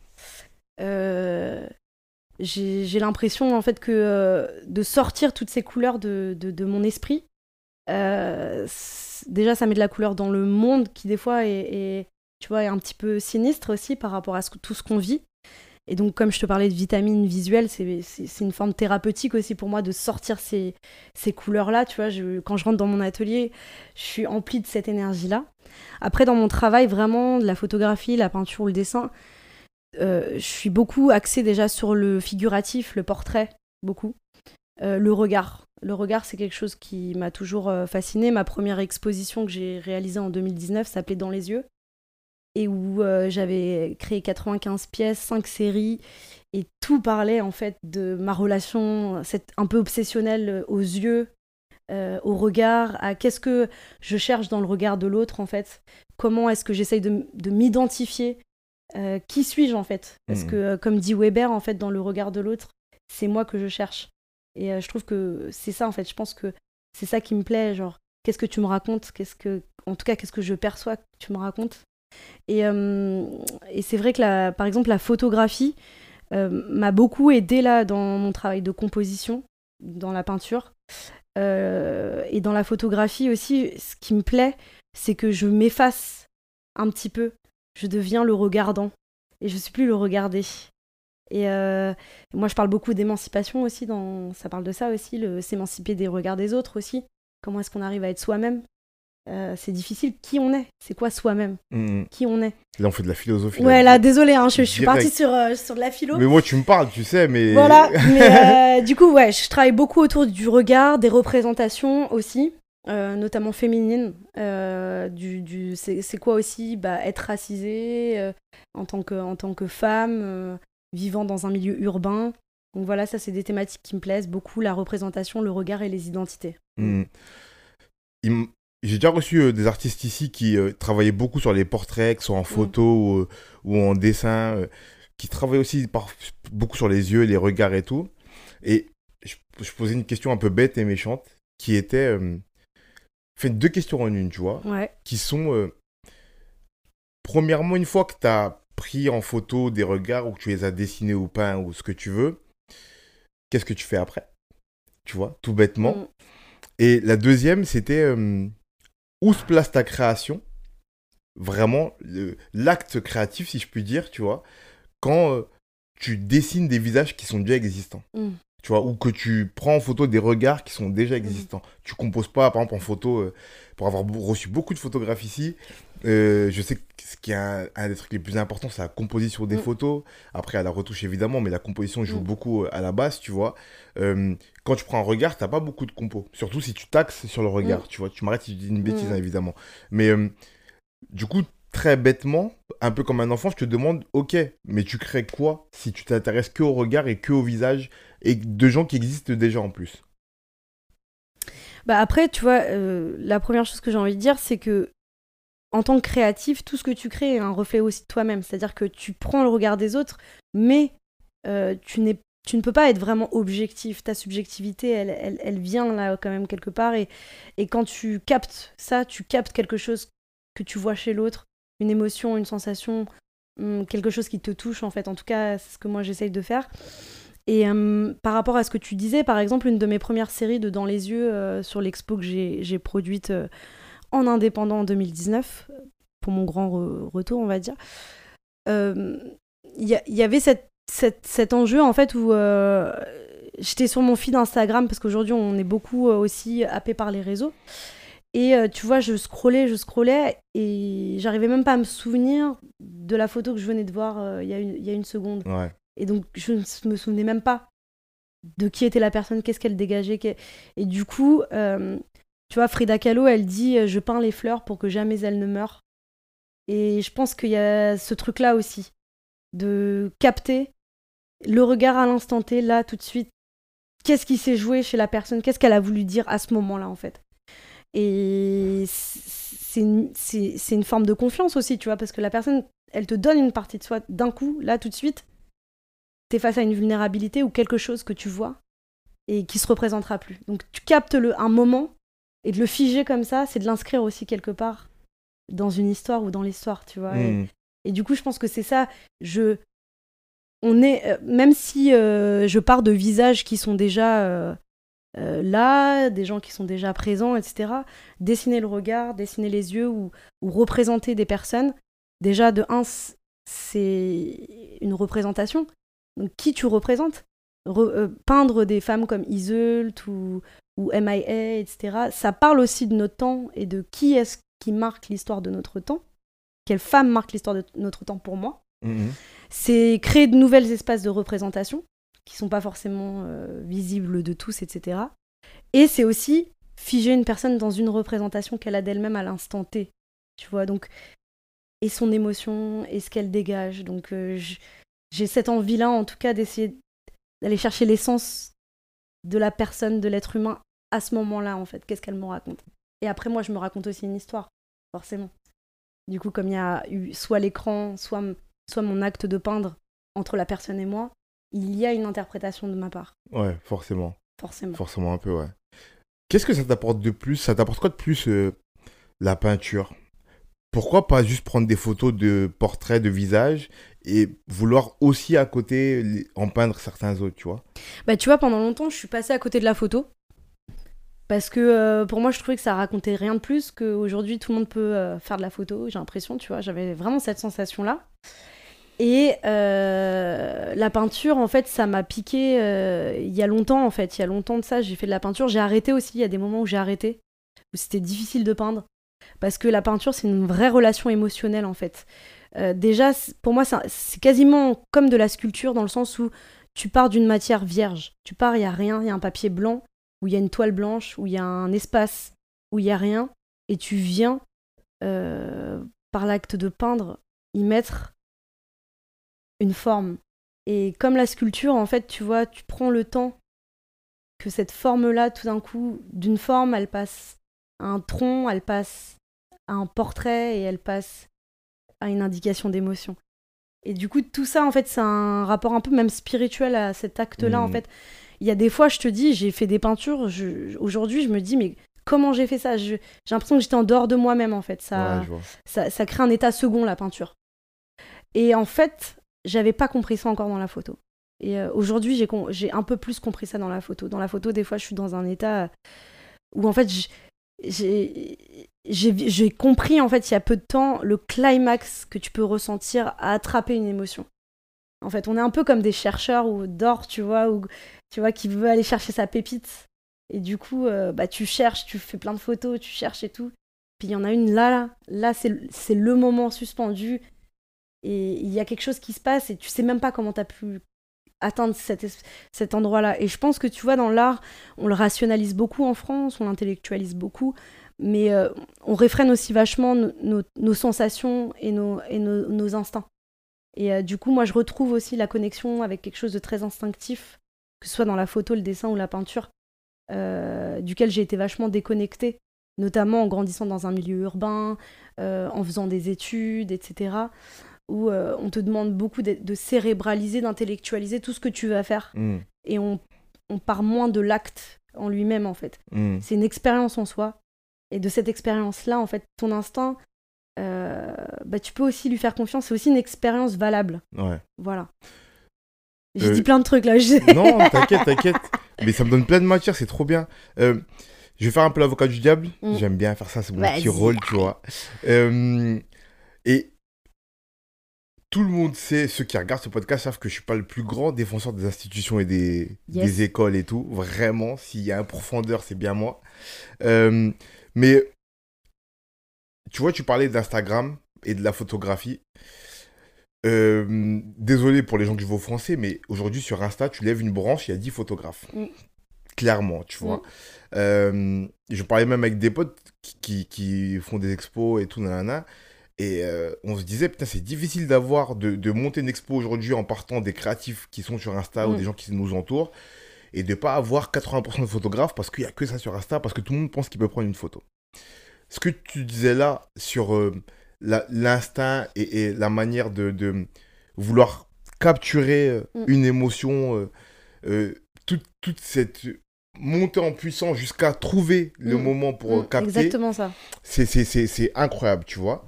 Euh, j'ai, j'ai l'impression, en fait, que euh, de sortir toutes ces couleurs de, de, de mon esprit, euh, déjà, ça met de la couleur dans le monde qui, des fois, est, est, tu vois, et un petit peu sinistre aussi par rapport à ce, tout ce qu'on vit. Et donc, comme je te parlais de vitamines visuelles, c'est, c'est, c'est une forme thérapeutique aussi pour moi de sortir ces, ces couleurs-là. Tu vois, je, quand je rentre dans mon atelier, je suis emplie de cette énergie-là. Après, dans mon travail, vraiment, de la photographie, la peinture ou le dessin, euh, je suis beaucoup axée déjà sur le figuratif, le portrait, beaucoup. Euh, le regard. Le regard, c'est quelque chose qui m'a toujours euh, fascinée. Ma première exposition que j'ai réalisée en deux mille dix-neuf s'appelait Dans les yeux, et où euh, j'avais créé quatre-vingt-quinze pièces, cinq séries, et tout parlait en fait de ma relation, cette un peu obsessionnelle aux yeux, euh, au regard, à qu'est-ce que je cherche dans le regard de l'autre en fait, comment est-ce que j'essaye de, de m'identifier, euh, qui suis-je en fait, parce
Mmh.
que euh, comme dit Weber en fait, dans le regard de l'autre, c'est moi que je cherche. Et euh, je trouve que c'est ça en fait, je pense que c'est ça qui me plaît, genre qu'est-ce que tu me racontes, qu'est-ce que, en tout cas qu'est-ce que je perçois que tu me racontes. Et, euh, et c'est vrai que, la, par exemple, la photographie euh, m'a beaucoup aidée là, dans mon travail de composition, dans la peinture. Euh, et dans la photographie aussi, ce qui me plaît, c'est que je m'efface un petit peu. Je deviens le regardant. Et je ne suis plus le regarder. Et euh, moi, je parle beaucoup d'émancipation aussi. Dans... Ça parle de ça aussi, le... s'émanciper des regards des autres aussi. Comment est-ce qu'on arrive à être soi-même? Euh, c'est difficile. Qui on est? C'est quoi soi-même?
Mmh.
Qui on est?
Là, on fait de la philosophie.
Ouais,
là,
là, désolé, hein, je, je suis
direct.
partie sur, euh, sur de la philo.
Mais moi, tu me parles, tu sais, mais...
Voilà, mais euh, du coup, ouais, je travaille beaucoup autour du regard, des représentations aussi, euh, notamment féminines. Euh, du, du, c'est, c'est quoi aussi bah, être racisée euh, en, tant que, en tant que femme, euh, vivant dans un milieu urbain. Donc voilà, ça, c'est des thématiques qui me plaisent beaucoup, la représentation, le regard et les identités.
Mmh. Il m- J'ai déjà reçu euh, des artistes ici qui euh, travaillaient beaucoup sur les portraits, que ce soit en photo ou, euh, ou en dessin, euh, qui travaillaient aussi par- beaucoup sur les yeux, les regards et tout. Et je, je posais une question un peu bête et méchante, qui était... euh, fait deux questions en une, tu vois,
Ouais.
qui sont... euh, premièrement, une fois que tu as pris en photo des regards ou que tu les as dessinés ou peints ou ce que tu veux, qu'est-ce que tu fais après? Tu vois, tout bêtement.
Mm.
Et la deuxième, c'était euh, où se place ta création? Vraiment, le- l'acte créatif, si je puis dire, tu vois, quand euh, tu dessines des visages qui sont déjà existants.
Mm.
Tu vois, ou que tu prends en photo des regards qui sont déjà existants. Tu composes pas, par exemple, en photo, euh, pour avoir beau- reçu beaucoup de photographes ici, euh, je sais que ce qui est un, un des trucs les plus importants, c'est la composition des
Mm.
photos. Après, à la retouche, évidemment, mais la composition joue
Mm.
beaucoup euh, à la base, tu vois. Euh, quand tu prends un regard, t'as pas beaucoup de compos. Surtout si tu taxes sur le regard,
Mm.
tu vois. Tu m'arrêtes si je dis une bêtise,
Mm.
hein, évidemment. Mais euh, du coup, très bêtement, un peu comme un enfant, je te demande, ok, mais tu crées quoi si tu t'intéresses que au regard et que au visage et de gens qui existent déjà en plus?
Bah après, tu vois, euh, la première chose que j'ai envie de dire, c'est que en tant que créatif, tout ce que tu crées est un reflet aussi de toi-même. C'est-à-dire que tu prends le regard des autres, mais euh, tu, n'es, tu ne peux pas être vraiment objectif. Ta subjectivité, elle, elle, elle vient là quand même quelque part. Et, et quand tu captes ça, tu captes quelque chose que tu vois chez l'autre, une émotion, une sensation, hum, quelque chose qui te touche en fait. En tout cas, c'est ce que moi j'essaye de faire. Et euh, par rapport à ce que tu disais, par exemple, une de mes premières séries de Dans les yeux euh, sur l'expo que j'ai, j'ai produite euh, en indépendant en deux mille dix-neuf, pour mon grand re- retour, on va dire, il euh, y, y avait cette, cette, cet enjeu en fait où euh, j'étais sur mon feed Instagram, parce qu'aujourd'hui on est beaucoup euh, aussi happé par les réseaux. Et euh, tu vois, je scrollais, je scrollais, et j'arrivais même pas à me souvenir de la photo que je venais de voir euh, il y a une, il y a une seconde.
Ouais.
Et donc, je ne me souvenais même pas de qui était la personne, qu'est-ce qu'elle dégageait. qu'est- Et du coup, euh, tu vois, Frida Kahlo, elle dit euh, « Je peins les fleurs pour que jamais elles ne meurent ». Et je pense qu'il y a ce truc-là aussi, de capter le regard à l'instant T, là, tout de suite. Qu'est-ce qui s'est joué chez la personne? Qu'est-ce qu'elle a voulu dire à ce moment-là, en fait? Et c'est une, c'est, c'est une forme de confiance aussi, tu vois, parce que la personne, elle te donne une partie de soi d'un coup, là, tout de suite. T'es face à une vulnérabilité ou quelque chose que tu vois et qui se représentera plus. Donc tu captes le, un moment, et de le figer comme ça, c'est de l'inscrire aussi quelque part dans une histoire ou dans l'histoire, tu vois.
Mmh.
Et, et du coup, je pense que c'est ça. Je, on est, euh, même si euh, je pars de visages qui sont déjà euh, euh, là, des gens qui sont déjà présents, et cetera. Dessiner le regard, dessiner les yeux ou, ou représenter des personnes, déjà, de un, c'est une représentation. Donc, qui tu représentes? Re- euh, peindre des femmes comme Iseult ou, ou M I A, et cetera, ça parle aussi de notre temps et de qui est-ce qui marque l'histoire de notre temps. Quelle femme marque l'histoire de notre temps pour moi.
Mhm.
C'est créer de nouvelles espaces de représentation qui ne sont pas forcément euh, visibles de tous, et cetera. Et c'est aussi figer une personne dans une représentation qu'elle a d'elle-même à l'instant T. Tu vois, donc, et son émotion, et ce qu'elle dégage. Donc, euh, j- j'ai cette envie-là, en tout cas, d'essayer d'aller chercher l'essence de la personne, de l'être humain, à ce moment-là, en fait. Qu'est-ce qu'elle me raconte? Et après, moi, je me raconte aussi une histoire, forcément. Du coup, comme il y a eu soit l'écran, soit, m- soit mon acte de peindre entre la personne et moi, il y a une interprétation de ma part,
Ouais, forcément.
forcément.
Forcément un peu, ouais. Qu'est-ce que ça t'apporte de plus? Ça t'apporte quoi de plus, euh, la peinture? Pourquoi pas juste prendre des photos de portraits, de visages, et vouloir aussi à côté les- en peindre certains autres, tu vois?
Bah, tu vois, pendant longtemps, je suis passée à côté de la photo. Parce que euh, pour moi, je trouvais que ça racontait rien de plus, qu'aujourd'hui, tout le monde peut euh, faire de la photo, j'ai l'impression, tu vois. J'avais vraiment cette sensation-là. Et euh, la peinture, en fait, ça m'a piqué euh, il y a longtemps, en fait. Il y a longtemps de ça, j'ai fait de la peinture. J'ai arrêté aussi, il y a des moments où j'ai arrêté, où c'était difficile de peindre. Parce que la peinture, c'est une vraie relation émotionnelle, en fait. Euh, déjà, c- pour moi, c'est un- c'est quasiment comme de la sculpture, dans le sens où tu pars d'une matière vierge. Tu pars, il n'y a rien, il y a un papier blanc, où il y a une toile blanche, où il y a un espace, où il n'y a rien. Et tu viens, euh, par l'acte de peindre, y mettre une forme. Et comme la sculpture, en fait, tu vois, tu prends le temps que cette forme-là, tout d'un coup, d'une forme, elle passe à un tronc, elle passe à un portrait et elle passe à une indication d'émotion. Et du coup, tout ça, en fait, c'est un rapport un peu même spirituel à cet acte-là, en
Mhm.
fait. Il y a des fois, je te dis, j'ai fait des peintures, je- aujourd'hui, je me dis, mais comment j'ai fait ça? Je- J'ai l'impression que j'étais en dehors de moi-même, en fait.
Ouais,
Ça,
je vois.
ça, ça crée un état second, la peinture. Et en fait, j'avais pas compris ça encore dans la photo. Et euh, aujourd'hui, j'ai, com- j'ai un peu plus compris ça dans la photo. Dans la photo, des fois, je suis dans un état où, en fait, j- j'ai, j'ai, j'ai compris, en fait, il y a peu de temps, le climax que tu peux ressentir à attraper une émotion. En fait, on est un peu comme des chercheurs ou d'or, tu vois, ou tu vois, qui veut aller chercher sa pépite. Et du coup, euh, bah, tu cherches, tu fais plein de photos, tu cherches et tout. Puis il y en a une là, là, là, c'est, c'est le moment suspendu. Et il y a quelque chose qui se passe et tu sais même pas comment tu as pu atteindre cet, es- cet endroit-là. Et je pense que tu vois, dans l'art, on le rationalise beaucoup en France, on l'intellectualise beaucoup, mais euh, on réfrène aussi vachement no- no- nos sensations et nos, et nos, nos instincts. Et euh, du coup, moi, je retrouve aussi la connexion avec quelque chose de très instinctif, que ce soit dans la photo, le dessin ou la peinture, euh, duquel j'ai été vachement déconnectée, notamment en grandissant dans un milieu urbain, euh, en faisant des études, et cetera, où euh, on te demande beaucoup de, de cérébraliser, d'intellectualiser tout ce que tu vas faire.
Mhm.
Et on, on part moins de l'acte en lui-même, en fait.
Mhm.
C'est une expérience en soi. Et de cette expérience-là, en fait, ton instinct, euh, bah, tu peux aussi lui faire confiance. C'est aussi une expérience valable.
Ouais.
Voilà. J'ai
Euh,
dit plein de trucs là. je-
Non, t'inquiète, t'inquiète. Mais ça me donne plein de matière, c'est trop bien. Euh, je vais faire un peu l'avocat du diable.
Mm.
J'aime bien faire ça, c'est mon
Vas-y.
petit rôle, tu vois. Euh, et tout le monde sait, ceux qui regardent ce podcast savent que je suis pas le plus grand défenseur des institutions et des,
Yes.
des écoles et tout. Vraiment, s'il y a un profondeur, c'est bien moi. Euh, mais tu vois, tu parlais d'Instagram et de la photographie. Euh, désolé pour les gens que je vois au français, mais aujourd'hui sur Insta, tu lèves une branche, il y a dix photographes.
Mm.
Clairement, tu vois.
Mm.
Euh, je parlais même avec des potes qui, qui, qui font des expos et tout, nanana. Et euh, on se disait, putain, c'est difficile d'avoir, de, de monter une expo aujourd'hui en partant des créatifs qui sont sur Insta ou
Mm.
des gens qui nous entourent et de pas avoir quatre-vingts pour cent de photographes parce qu'il n'y a que ça sur Insta, parce que tout le monde pense qu'il peut prendre une photo. Ce que tu disais là sur euh, la- l'instinct et, et la manière de, de vouloir capturer euh,
Mm.
une émotion, euh, euh, toute, toute cette montée en puissance jusqu'à trouver le
Mm.
moment pour euh,
Mm.
capter,
Exactement ça.
c'est, c'est, c'est, c'est incroyable, tu vois.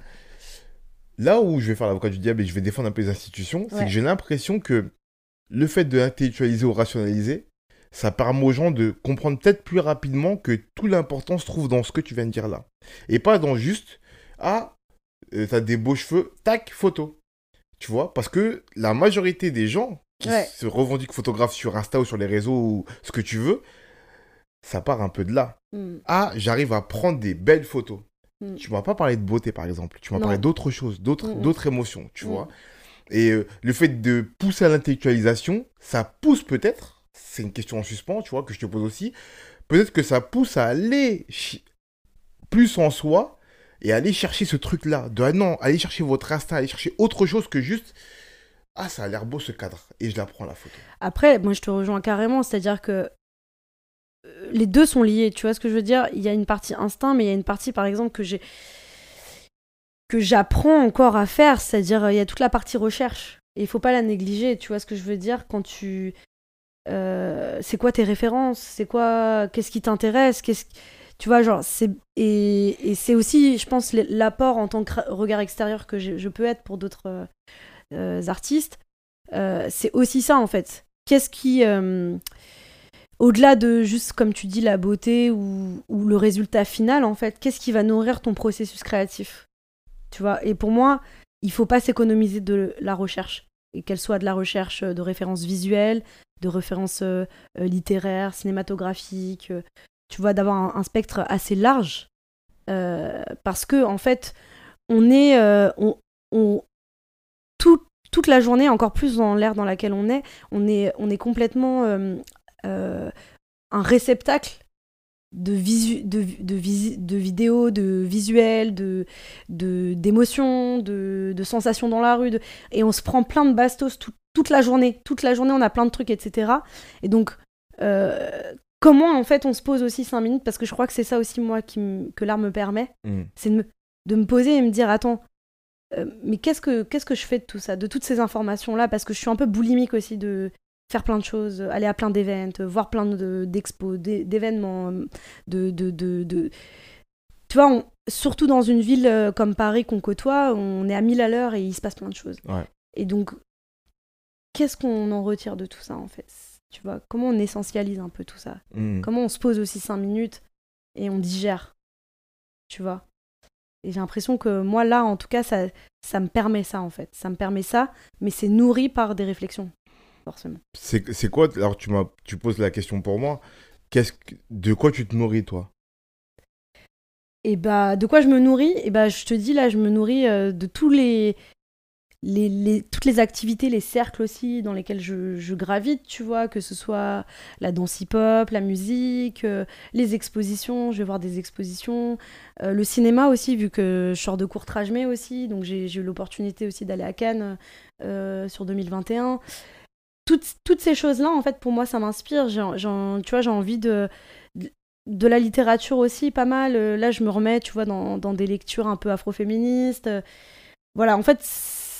Là où je vais faire l'avocat du diable et je vais défendre un peu les institutions, c'est
Ouais.
que j'ai l'impression que le fait de intellectualiser ou rationaliser, ça permet aux gens de comprendre peut-être plus rapidement que toute l'importance se trouve dans ce que tu viens de dire là. Et pas dans juste, ah, euh, t'as des beaux cheveux, tac, photo. Tu vois, parce que la majorité des gens qui
Ouais.
se revendiquent photographes sur Insta ou sur les réseaux ou ce que tu veux, ça part un peu de là.
Mm.
Ah, j'arrive à prendre des belles photos.
Mm.
Tu m'as pas parlé de beauté, par exemple. Tu m'as
Non.
parlé d'autres choses, d'autres,
Mm, mm.
d'autres émotions, tu
Mm.
vois. Et euh, le fait de pousser à l'intellectualisation, ça pousse peut-être, c'est une question en suspens, tu vois, que je te pose aussi, peut-être que ça pousse à aller chi- plus en soi et aller chercher ce truc-là. De, ah non, aller chercher votre instinct, aller chercher autre chose que juste, ah, ça a l'air beau ce cadre, et je la prends la photo.
Après, moi, je te rejoins carrément, c'est-à-dire que euh, les deux sont liés, tu vois ce que je veux dire? Il y a une partie instinct, mais il y a une partie, par exemple, que j'ai que j'apprends encore à faire, c'est-à-dire euh, il y a toute la partie recherche. Et il faut pas la négliger, tu vois ce que je veux dire? Quand tu... euh, c'est quoi tes références? C'est quoi... Qu'est-ce qui t'intéresse? Qu'est-ce... Tu vois, genre, c'est... Et, et c'est aussi, je pense, l'apport en tant que regard extérieur que je, je peux être pour d'autres euh, euh, artistes. Euh, c'est aussi ça, en fait. Qu'est-ce qui... euh, au-delà de juste, comme tu dis, la beauté ou, ou le résultat final, en fait, qu'est-ce qui va nourrir ton processus créatif? Tu vois, et pour moi, il faut pas s'économiser de la recherche, et qu'elle soit de la recherche de références visuelles, de références euh, euh, littéraires, cinématographiques, euh, tu vois, d'avoir un, un spectre assez large, euh, parce que en fait, on est, euh, on, on- tout- toute la journée, encore plus dans l'ère dans laquelle on est, on est, on est complètement euh, euh, un réceptacle de, visu, de, de, visi, de vidéos, de visuels, de, de, d'émotions, de, de sensations dans la rue. De... Et on se prend plein de bastos tout, toute la journée. Toute la journée, on a plein de trucs, et cetera. Et donc, euh, comment, en fait, on se pose aussi cinq minutes? Parce que je crois que c'est ça aussi, moi, qui m- que l'art me permet.
Mm.
C'est de me, de me poser et me dire, attends, euh, mais qu'est-ce que, qu'est-ce que je fais de tout ça? De toutes ces informations-là? Parce que je suis un peu boulimique aussi de faire plein de choses, aller à plein d'événements, voir plein de, d'expos, d'é- d'événements, de, de, de, de... Tu vois, on- surtout dans une ville euh, comme Paris qu'on côtoie, on est à mille à l'heure et il se passe plein de choses.
Ouais.
Et donc, qu'est-ce qu'on en retire de tout ça, en fait? Tu vois, comment on essentialise un peu tout ça?
Mm.
Comment on se pose aussi cinq minutes et on digère, tu vois? Et j'ai l'impression que moi, là, en tout cas, ça, ça me permet ça, en fait. Ça me permet ça, mais c'est nourri par des réflexions, forcément.
C'est, c'est quoi, alors tu, m'as, tu poses la question pour moi, qu'est-ce que, de quoi tu te nourris, toi?
Et bah, de quoi je me nourris? Et bah, je te dis, là, je me nourris euh, de tous les, les, les- toutes les activités, les cercles aussi dans lesquels je, je gravite, tu vois, que ce soit la danse hip-hop, la musique, euh, les expositions, je vais voir des expositions, euh, le cinéma aussi, vu que je sors de Courtrajmé aussi, donc j'ai, j'ai eu l'opportunité aussi d'aller à Cannes euh, sur deux mille vingt et un. Toutes, toutes ces choses-là, en fait, pour moi, ça m'inspire. J'ai, j'ai- tu vois, j'ai envie de, de, de la littérature aussi, pas mal. Euh, Là, je me remets, tu vois, dans, dans des lectures un peu afroféministes. Euh, Voilà, en fait,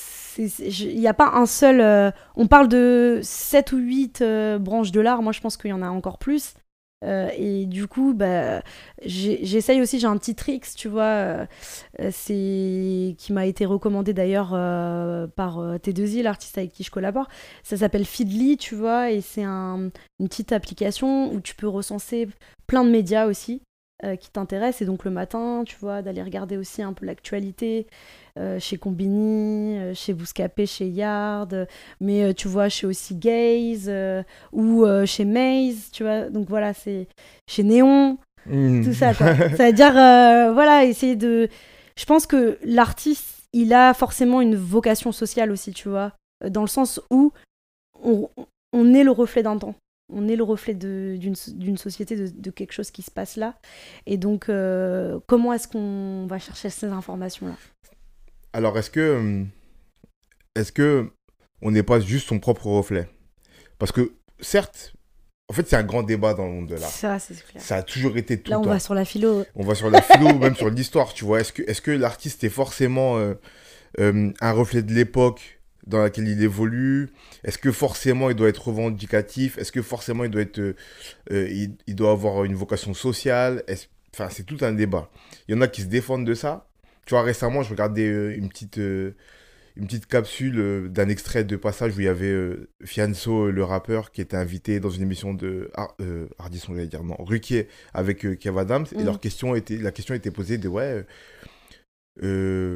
il n'y a pas un seul... euh, on parle de sept ou huit euh, branches de l'art. Moi, je pense qu'il y en a encore plus. Euh, et du coup, bah, j'ai- j'essaye aussi, j'ai un petit tricks, tu vois, euh, euh, c'est qui m'a été recommandé d'ailleurs euh, par euh, T deux I, l'artiste avec qui je collabore. Ça s'appelle Feedly, tu vois, et c'est un, une petite application où tu peux recenser plein de médias aussi euh, qui t'intéressent. Et donc le matin, tu vois, d'aller regarder aussi un peu l'actualité euh, chez Combini, euh, chez Bouscapé, chez Yard, euh, mais euh, tu vois, chez aussi Gaze. euh, ou euh, chez Maze, tu vois. Donc voilà, c'est chez Néon,
Mm.
tout ça, quoi. Ça veut dire, euh, voilà, essayer de... Je pense que l'artiste, il a forcément une vocation sociale aussi, tu vois, euh, dans le sens où on, on est le reflet d'un temps. On est le reflet de- d'une d'une société, de, de quelque chose qui se passe là. Et donc, euh, comment est-ce qu'on va chercher ces informations-là?
Alors, est-ce que, hum, est-ce que on n'est pas juste son propre reflet? Parce que, certes, en fait, c'est un grand débat dans le monde de l'art.
Ça, c'est clair.
Ça a toujours été tout
Là,
le
on
temps.
va sur la philo.
On va sur la philo, même sur l'histoire, tu vois. Est-ce que, est-ce que l'artiste est forcément euh, euh, un reflet de l'époque dans laquelle il évolue? Est-ce que forcément il doit être revendicatif? Est-ce que forcément il doit être, euh, euh, il, il doit avoir une vocation sociale? Est-ce- Enfin, c'est tout un débat. Il y en a qui se défendent de ça. Tu vois, récemment, je regardais euh, une petite, euh, une petite capsule euh, d'un extrait de passage où il y avait euh, Fianso, euh, le rappeur, qui était invité dans une émission de Ar- euh, Ardisson, j'allais dire, non, Ruquier, avec euh, Kev Adams. Et
Mm.
leur question était, la question était posée de ouais, euh,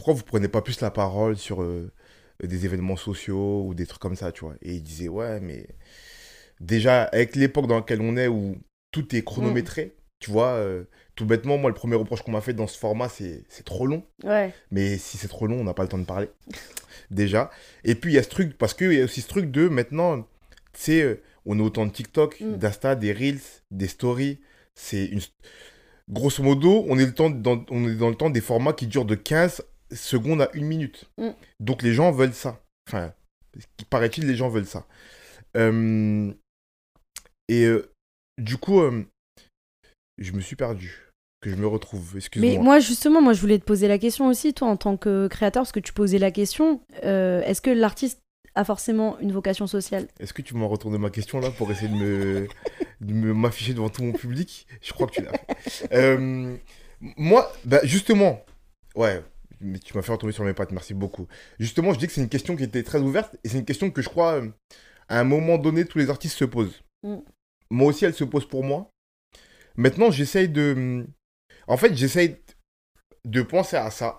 pourquoi vous prenez pas plus la parole sur euh, des événements sociaux ou des trucs comme ça, tu vois. Et il disait, ouais, mais déjà, avec l'époque dans laquelle on est, où tout est
Mm.
chronométré, tu vois, euh, tout bêtement, moi, le premier reproche qu'on m'a fait dans ce format, c'est c'est trop long.
Ouais.
Mais si c'est trop long, on n'a pas le temps de parler, déjà. Et puis, il y a ce truc, parce qu'il y a aussi ce truc de, maintenant, tu sais, euh, on est autant de TikTok,
Mm.
d'Insta, des Reels, des Stories. C'est une... Grosso modo, on est, le temps dans, on est dans le temps des formats qui durent de quinze secondes à une minute.
Mm.
Donc, les gens veulent ça. Enfin, paraît-il, les gens veulent ça. Euh, Et euh, du coup, euh, je me suis perdu. Que je me retrouve,
Mais
excuse-moi.
moi, justement, moi, je voulais te poser la question aussi, toi, en tant que créateur, parce que tu posais la question, euh, est-ce que l'artiste a forcément une vocation sociale?
Est-ce que tu m'as retourné ma question là pour essayer de me de me- m'afficher devant tout mon public? Je crois que tu l'as fait. Euh, moi, bah, justement, ouais, mais tu m'as fait retomber sur mes pattes, merci beaucoup. Justement, je dis que c'est une question qui était très ouverte et c'est une question que je crois, euh, à un moment donné, tous les artistes se posent.
Mm.
Moi aussi, elle se pose pour moi. Maintenant, j'essaye de... En fait, j'essaye de penser à ça.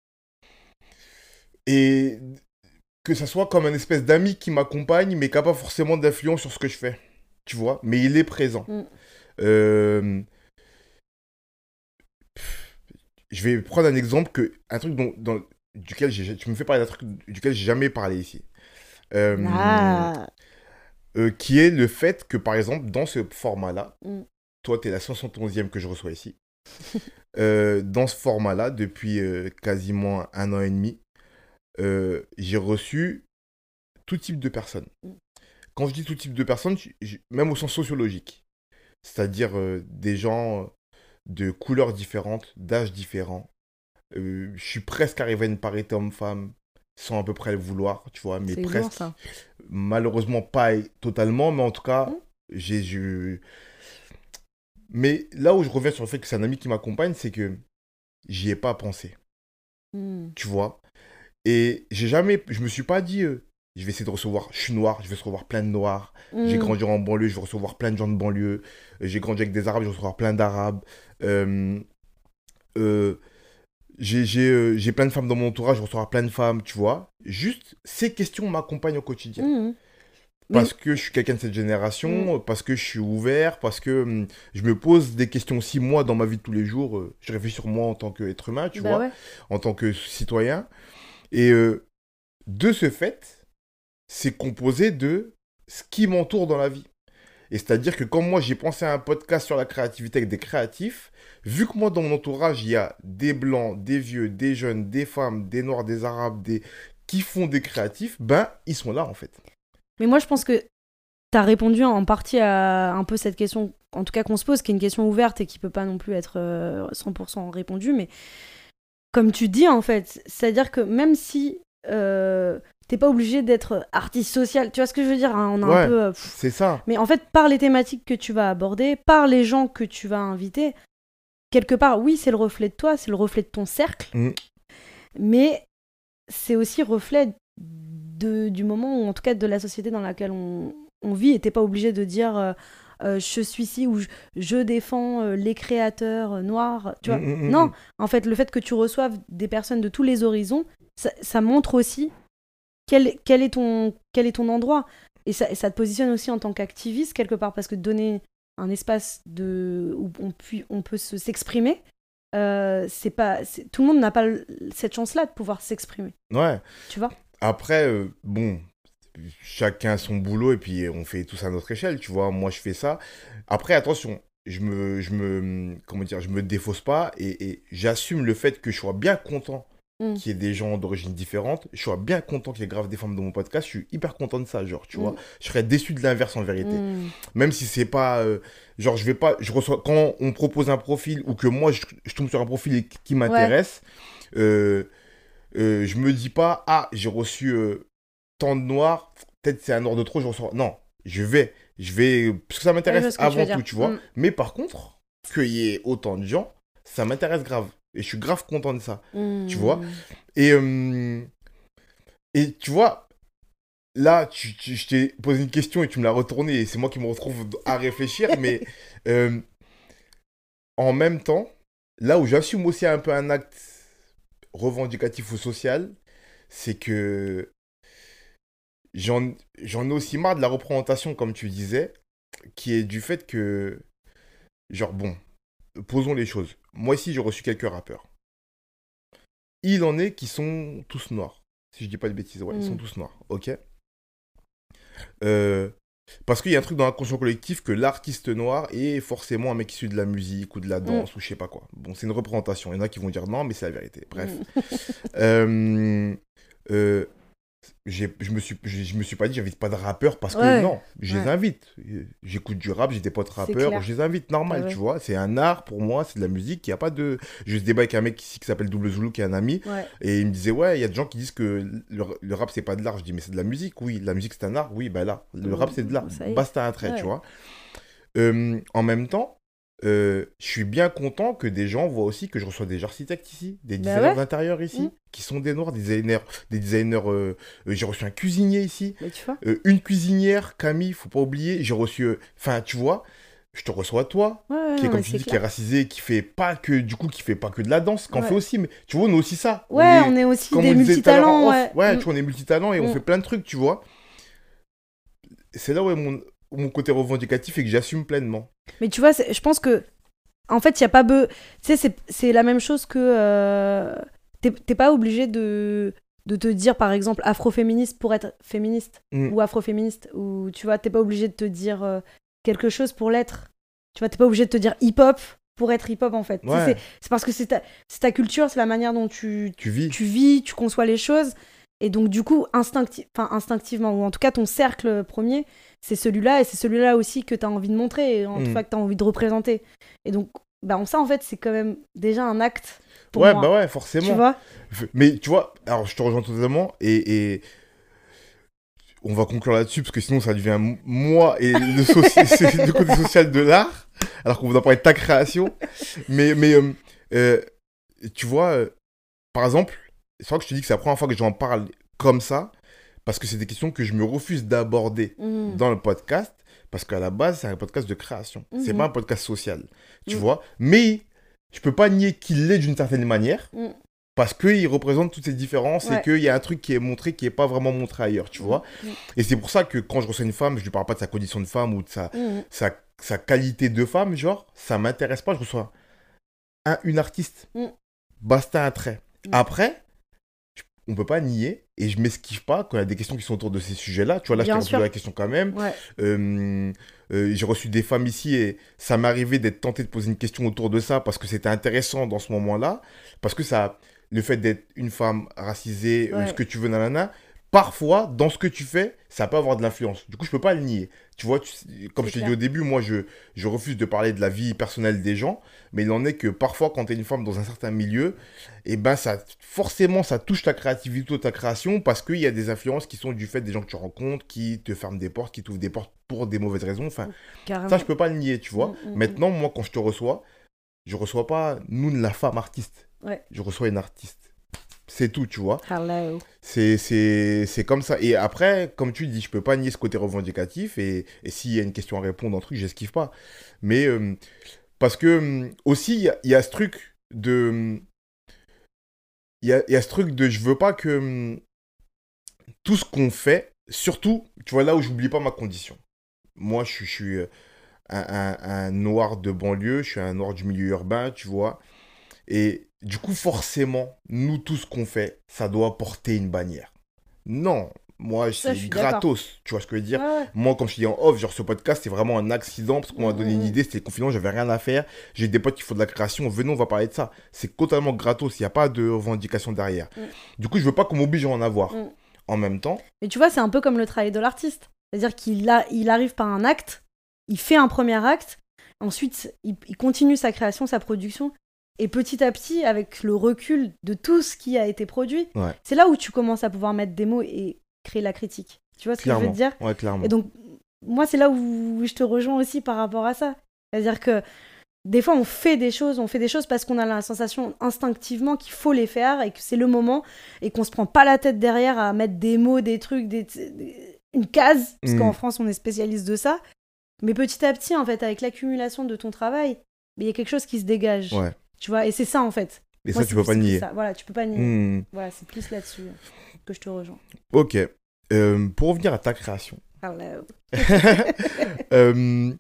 Et que ça soit comme un espèce d'ami qui m'accompagne, mais qui n'a pas forcément d'influence sur ce que je fais. Tu vois? Mais il est présent.
Mm.
Euh, Je vais prendre un exemple, que, un truc dont, dans- duquel j'ai, tu me fais parler d'un truc duquel j'ai jamais parlé ici. Euh,
Ah.
euh, qui est le fait que, par exemple, dans ce format-là,
Mm.
toi, tu es la soixante et onzième que je reçois ici. Euh, dans ce format-là, depuis euh, quasiment un an et demi, euh, j'ai reçu tout type de personnes.
Mm.
Quand je dis tout type de personnes, je- je- même au sens sociologique, c'est-à-dire euh, des gens de couleurs différentes, d'âges différents. Euh, je suis presque arrivé à une parité homme-femme sans à peu près le vouloir, tu vois, mais
C'est
presque.
lourd, ça.
Malheureusement pas totalement, mais en tout cas,
Mm.
j'ai... je- Mais là où je reviens sur le fait que c'est un ami qui m'accompagne, c'est que j'y ai pas pensé,
Mm.
tu vois. Et j'ai jamais... Je me suis pas dit... euh, je vais essayer de recevoir... Je suis noir, je vais recevoir plein de noirs. J'ai
Mm.
grandi en banlieue, je vais recevoir plein de gens de banlieue. Euh, J'ai grandi avec des arabes, je vais recevoir plein d'arabes. Euh, euh, j'ai j'ai, euh, j'ai plein de femmes dans mon entourage, je vais recevoir plein de femmes, tu vois. Juste, ces questions m'accompagnent au quotidien.
Mm. Mais
Parce que je suis quelqu'un de cette
Mm.
génération, parce que je suis ouvert, parce que hum, je me pose des questions aussi, moi, dans ma vie de tous les jours. euh, je réfléchis sur moi en tant qu'être humain, tu
bah
vois,
ouais.
en tant que citoyen. Et euh, de ce fait, c'est composé de ce qui m'entoure dans la vie. Et c'est-à-dire que quand moi j'ai pensé à un podcast sur la créativité avec des créatifs, vu que moi dans mon entourage il y a des blancs, des vieux, des jeunes, des femmes, des noirs, des arabes, des... qui font des créatifs, ben ils sont là en fait.
Mais moi, je pense que tu as répondu en partie à un peu cette question, en tout cas qu'on se pose, qui est une question ouverte et qui peut pas non plus être euh, cent pour cent répondue. Mais comme tu dis, en fait, c'est-à-dire que même si euh, t'es pas obligé d'être artiste social, tu vois ce que je veux dire, hein, on a
Ouais,
un peu... euh, pff.
c'est ça.
Mais en fait, par les thématiques que tu vas aborder, par les gens que tu vas inviter, quelque part, oui, c'est le reflet de toi, c'est le reflet de ton cercle,
Mm.
mais c'est aussi reflet de, du moment, ou en tout cas de la société dans laquelle on, on vit, et t'es pas obligé de dire euh, euh, je suis ici ou je, je défends euh, les créateurs euh, noirs, tu vois.
Mm, mm, mm,
Non,
mm.
en fait, le fait que tu reçoives des personnes de tous les horizons, ça, ça montre aussi quel, quel, est ton, quel est ton endroit. Et ça, et ça te positionne aussi en tant qu'activiste, quelque part, parce que donner un espace de, où on, puis, on peut se, s'exprimer, euh, c'est pas, c'est- tout le monde n'a pas le- cette chance-là de pouvoir s'exprimer,
Ouais.
tu vois.
Après, euh, bon, chacun a son boulot et puis on fait tous à notre échelle, tu vois. Moi, je fais ça. Après, attention, je me, je me, comment dire, je me défausse pas et, et j'assume le fait que je sois bien content
Mm.
qu'il y ait des gens d'origine différente. Je sois bien content qu'il y ait grave des femmes dans mon podcast. Je suis hyper content de ça, genre, tu
Mm.
vois. Je serais déçu de l'inverse en vérité.
Mm.
Même si c'est pas, euh, genre, je vais pas, je reçois, quand on me propose un profil ou que moi, je, je tombe sur un profil et- qui m'intéresse, euh, euh, je me dis pas, ah, j'ai reçu euh, tant de noirs, peut-être c'est un noir de trop, je reçois. Non, je vais, je vais, parce que ça
Ouais, je vois
m'intéresse
ce que tu veux
avant
dire.
tout, tu vois.
Mm.
Mais par contre, qu'il y ait autant de gens, ça m'intéresse grave. Et je suis grave content de ça, tu vois.
Mm.
Et, euh, et tu vois, là, tu, tu- je t'ai posé une question et tu me l'as retournée et c'est moi qui me retrouve à réfléchir, mais euh, en même temps, là où j'assume aussi un peu un acte revendicatif ou social, c'est que j'en, j'en ai aussi marre de la représentation, comme tu disais, qui est du fait que, genre, bon, posons les choses. Moi, ici, j'ai reçu quelques rappeurs. Il en est qui sont tous noirs. Si je dis pas de bêtises, ouais, mm. ils sont tous noirs, ok. Euh, parce qu'il y a un truc dans l'inconscient collectif que l'artiste noir est forcément un mec issu de la musique ou de la danse mm. ou je sais pas quoi. Bon, c'est une représentation. Il y en a qui vont dire non, mais c'est la vérité. Bref. Mm. euh, euh, j'ai, je me suis, je, je me suis pas dit j'invite pas de rappeurs parce que ouais. non, je ouais. les invite. J'écoute du rap, j'ai des potes rappeurs, je les invite, normal, ouais. tu vois. C'est un art pour moi, c'est de la musique, il y a pas de... Je débat avec un mec ici qui s'appelle Double Zulu, qui est un ami, ouais. et il me disait, ouais, il y a des gens qui disent que le, le rap c'est pas de l'art. Je dis, mais c'est de la musique, oui, la musique c'est un art, oui, ben là, le rap c'est de l'art, basta un trait, ouais. tu vois. Euh, en même temps, Euh, je suis bien content que des gens voient aussi que je reçois des architectes ici, des designers bah ouais. d'intérieur ici, mmh. qui sont des noirs, des designers, des designers euh, euh, j'ai reçu un cuisinier ici,
bah, tu vois.
Euh, une cuisinière, Camille, faut pas oublier, j'ai reçu, enfin, euh, tu vois, je te reçois toi,
ouais,
qui est,
non,
comme tu dis, clair. qui est racisé, qui fait pas que, du coup, qui fait pas que de la danse, qu'en ouais. fait aussi, mais tu vois, on est aussi ça.
Ouais, on est, on est aussi des multitalents, ouais.
Ouais,
mmh.
tu vois, on est multitalents et mmh. on fait plein de trucs, tu vois. C'est là où est mon, mon côté revendicatif et que j'assume pleinement.
Mais tu vois, je pense que en fait, il n'y a pas... Be... Tu sais, c'est, c'est la même chose que... Euh... T'es, t'es pas obligé de... de te dire, par exemple, afroféministe pour être féministe. Mm. Ou afroféministe. Ou, tu vois, t'es pas obligé de te dire euh, quelque chose pour l'être. Tu vois, t'es pas obligé de te dire hip-hop pour être hip-hop, en fait.
Ouais.
C'est, c'est parce que c'est ta, c'est ta culture, c'est la manière dont tu...
Tu vis.
Tu vis, tu conçois les choses. Et donc, du coup, instincti... enfin, instinctivement, ou en tout cas, ton cercle premier... c'est celui-là, et c'est celui-là aussi que tu as envie de montrer, et en mmh. tout cas que tu as envie de représenter. Et donc, bah, ça, en fait, c'est quand même déjà un acte pour
ouais,
moi.
Ouais, bah ouais, forcément.
Tu vois ?
Mais tu vois, alors je te rejoins totalement, et, et on va conclure là-dessus, parce que sinon ça devient moi et le, soci... le côté social de l'art, alors qu'on va parler de ta création. Mais, mais euh, euh, tu vois, euh, par exemple, c'est vrai que je te dis que c'est la première fois que j'en parle comme ça, parce que c'est des questions que je me refuse d'aborder mmh. dans le podcast, parce qu'à la base, c'est un podcast de création. Mmh. C'est pas un podcast social, tu mmh. vois. Mais je peux pas nier qu'il l'est d'une certaine manière, mmh. parce qu'il représente toutes ces différences ouais. et qu'il y a un truc qui est montré qui est pas vraiment montré ailleurs, tu mmh. vois. Mmh. Et c'est pour ça que quand je reçois une femme, je lui parle pas de sa condition de femme ou de sa, mmh. sa, sa qualité de femme, genre, ça m'intéresse pas. Je reçois un, une artiste, mmh. basta un trait. Mmh. Après, on peut pas nier, et je m'esquive pas quand il y a des questions qui sont autour de ces sujets-là. Tu vois, là, Bien je t'ai répondu à la question quand même.
Ouais.
Euh, euh, j'ai reçu des femmes ici, et ça m'est arrivé d'être tenté de poser une question autour de ça, parce que c'était intéressant dans ce moment-là, parce que ça, le fait d'être une femme racisée, ouais. euh, ce que tu veux, nanana, parfois, dans ce que tu fais, ça peut avoir de l'influence. Du coup, je peux pas le nier. Tu vois, tu, comme c'est je t'ai dit au début, moi, je, je refuse de parler de la vie personnelle des gens, mais il en est que parfois, quand tu es une femme dans un certain milieu, eh ben, ça, forcément, ça touche ta créativité ou ta création, parce qu'il y a des influences qui sont du fait des gens que tu rencontres, qui te ferment des portes, qui t'ouvrent des portes pour des mauvaises raisons. Enfin, Carrément. Ça, je peux pas le nier, tu vois. Mmh, mmh, Maintenant, moi, quand je te reçois, je reçois pas, nous, la femme artiste.
Ouais.
Je reçois une artiste. C'est tout, tu vois.
Hello.
C'est, c'est, c'est comme ça. Et après, comme tu dis, je peux pas nier ce côté revendicatif. Et, et s'il y a une question à répondre, un truc, j'esquive pas. Mais euh, parce que euh, aussi, il y a, y a ce truc de... Il y a, y a ce truc de... Je veux pas que euh, tout ce qu'on fait, surtout, tu vois, là où j'oublie pas ma condition. Moi, je, je suis un, un, un noir de banlieue, je suis un noir du milieu urbain, tu vois. Et du coup, forcément, nous, tout ce qu'on fait, ça doit porter une bannière. Non, moi, ça, c'est gratos. D'accord. Tu vois ce que je veux dire ouais, ouais. Moi, comme je dis en off, genre ce podcast, c'est vraiment un accident parce qu'on m'a donné mmh. une idée, c'était confinement, j'avais rien à faire. J'ai des potes qui font de la création, venez, on va parler de ça. C'est totalement gratos, il n'y a pas de revendication derrière. Mmh. Du coup, je veux pas qu'on m'oblige à en avoir. Mmh. En même temps...
Mais tu vois, c'est un peu comme le travail de l'artiste. C'est-à-dire qu'il a, il arrive par un acte, il fait un premier acte, ensuite, il, il continue sa création, sa production... Et petit à petit, avec le recul de tout ce qui a été produit,
ouais.
c'est là où tu commences à pouvoir mettre des mots et créer la critique. Tu vois ce clairement. Que je veux te dire ?
Ouais, clairement.
Et donc, moi, c'est là où je te rejoins aussi par rapport à ça. C'est-à-dire que des fois, on fait des choses, on fait des choses parce qu'on a la sensation instinctivement qu'il faut les faire et que c'est le moment et qu'on se prend pas la tête derrière à mettre des mots, des trucs, des, des, une case, parce mmh. qu'en France, on est spécialiste de ça. Mais petit à petit, en fait, avec l'accumulation de ton travail, il y a quelque chose qui se dégage.
Ouais.
Tu vois, et c'est ça en fait.
Et
Moi,
ça, tu
c'est
peux
plus-
pas
c'est plus
nier.
ça. Voilà, tu peux pas nier.
Hmm.
Voilà, c'est plus là-dessus euh, que je te rejoins.
Ok. Euh, pour revenir à ta création.
Ah là,
Euh,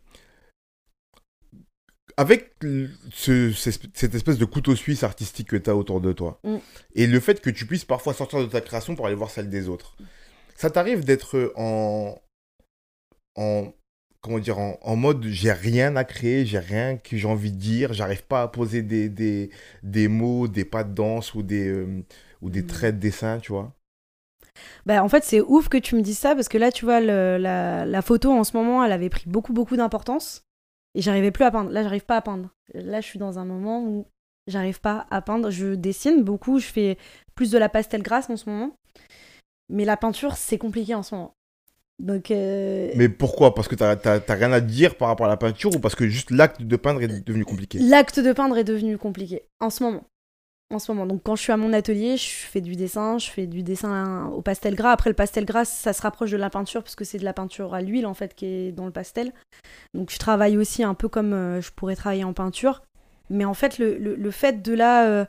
avec l- ce- ce- cette espèce de couteau suisse artistique que tu as autour de toi,
Mm.
et le fait que tu puisses parfois sortir de ta création pour aller voir celle des autres, ça t'arrive d'être en, en, comment dire, en, en mode j'ai rien à créer, j'ai rien que j'ai envie de dire, j'arrive pas à poser des, des, des mots, des pas de danse ou des, euh, ou des
Mm.
traits de dessin, tu vois.
Bah, en fait, c'est ouf que tu me dises ça parce que là, tu vois, le- la, la photo en ce moment, elle avait pris beaucoup, beaucoup d'importance et j'arrivais plus à peindre. Là, j'arrive pas à peindre. Là, je suis dans un moment où j'arrive pas à peindre. Je dessine beaucoup, je fais plus de la pastel grasse en ce moment. Mais la peinture, c'est compliqué en ce moment. Donc, euh,
Mais pourquoi? Parce que t'as, t'as, t'as rien à dire par rapport à la peinture ou parce que juste l'acte de peindre est devenu compliqué?
l'acte de peindre est devenu compliqué en ce moment. En ce moment. Donc, quand je suis à mon atelier, je fais du dessin, je fais du dessin au pastel gras. Après, le pastel gras, ça se rapproche de la peinture parce que c'est de la peinture à l'huile, en fait, qui est dans le pastel. Donc, je travaille aussi un peu comme euh, je pourrais travailler en peinture. Mais en fait, le, le, le fait de là euh,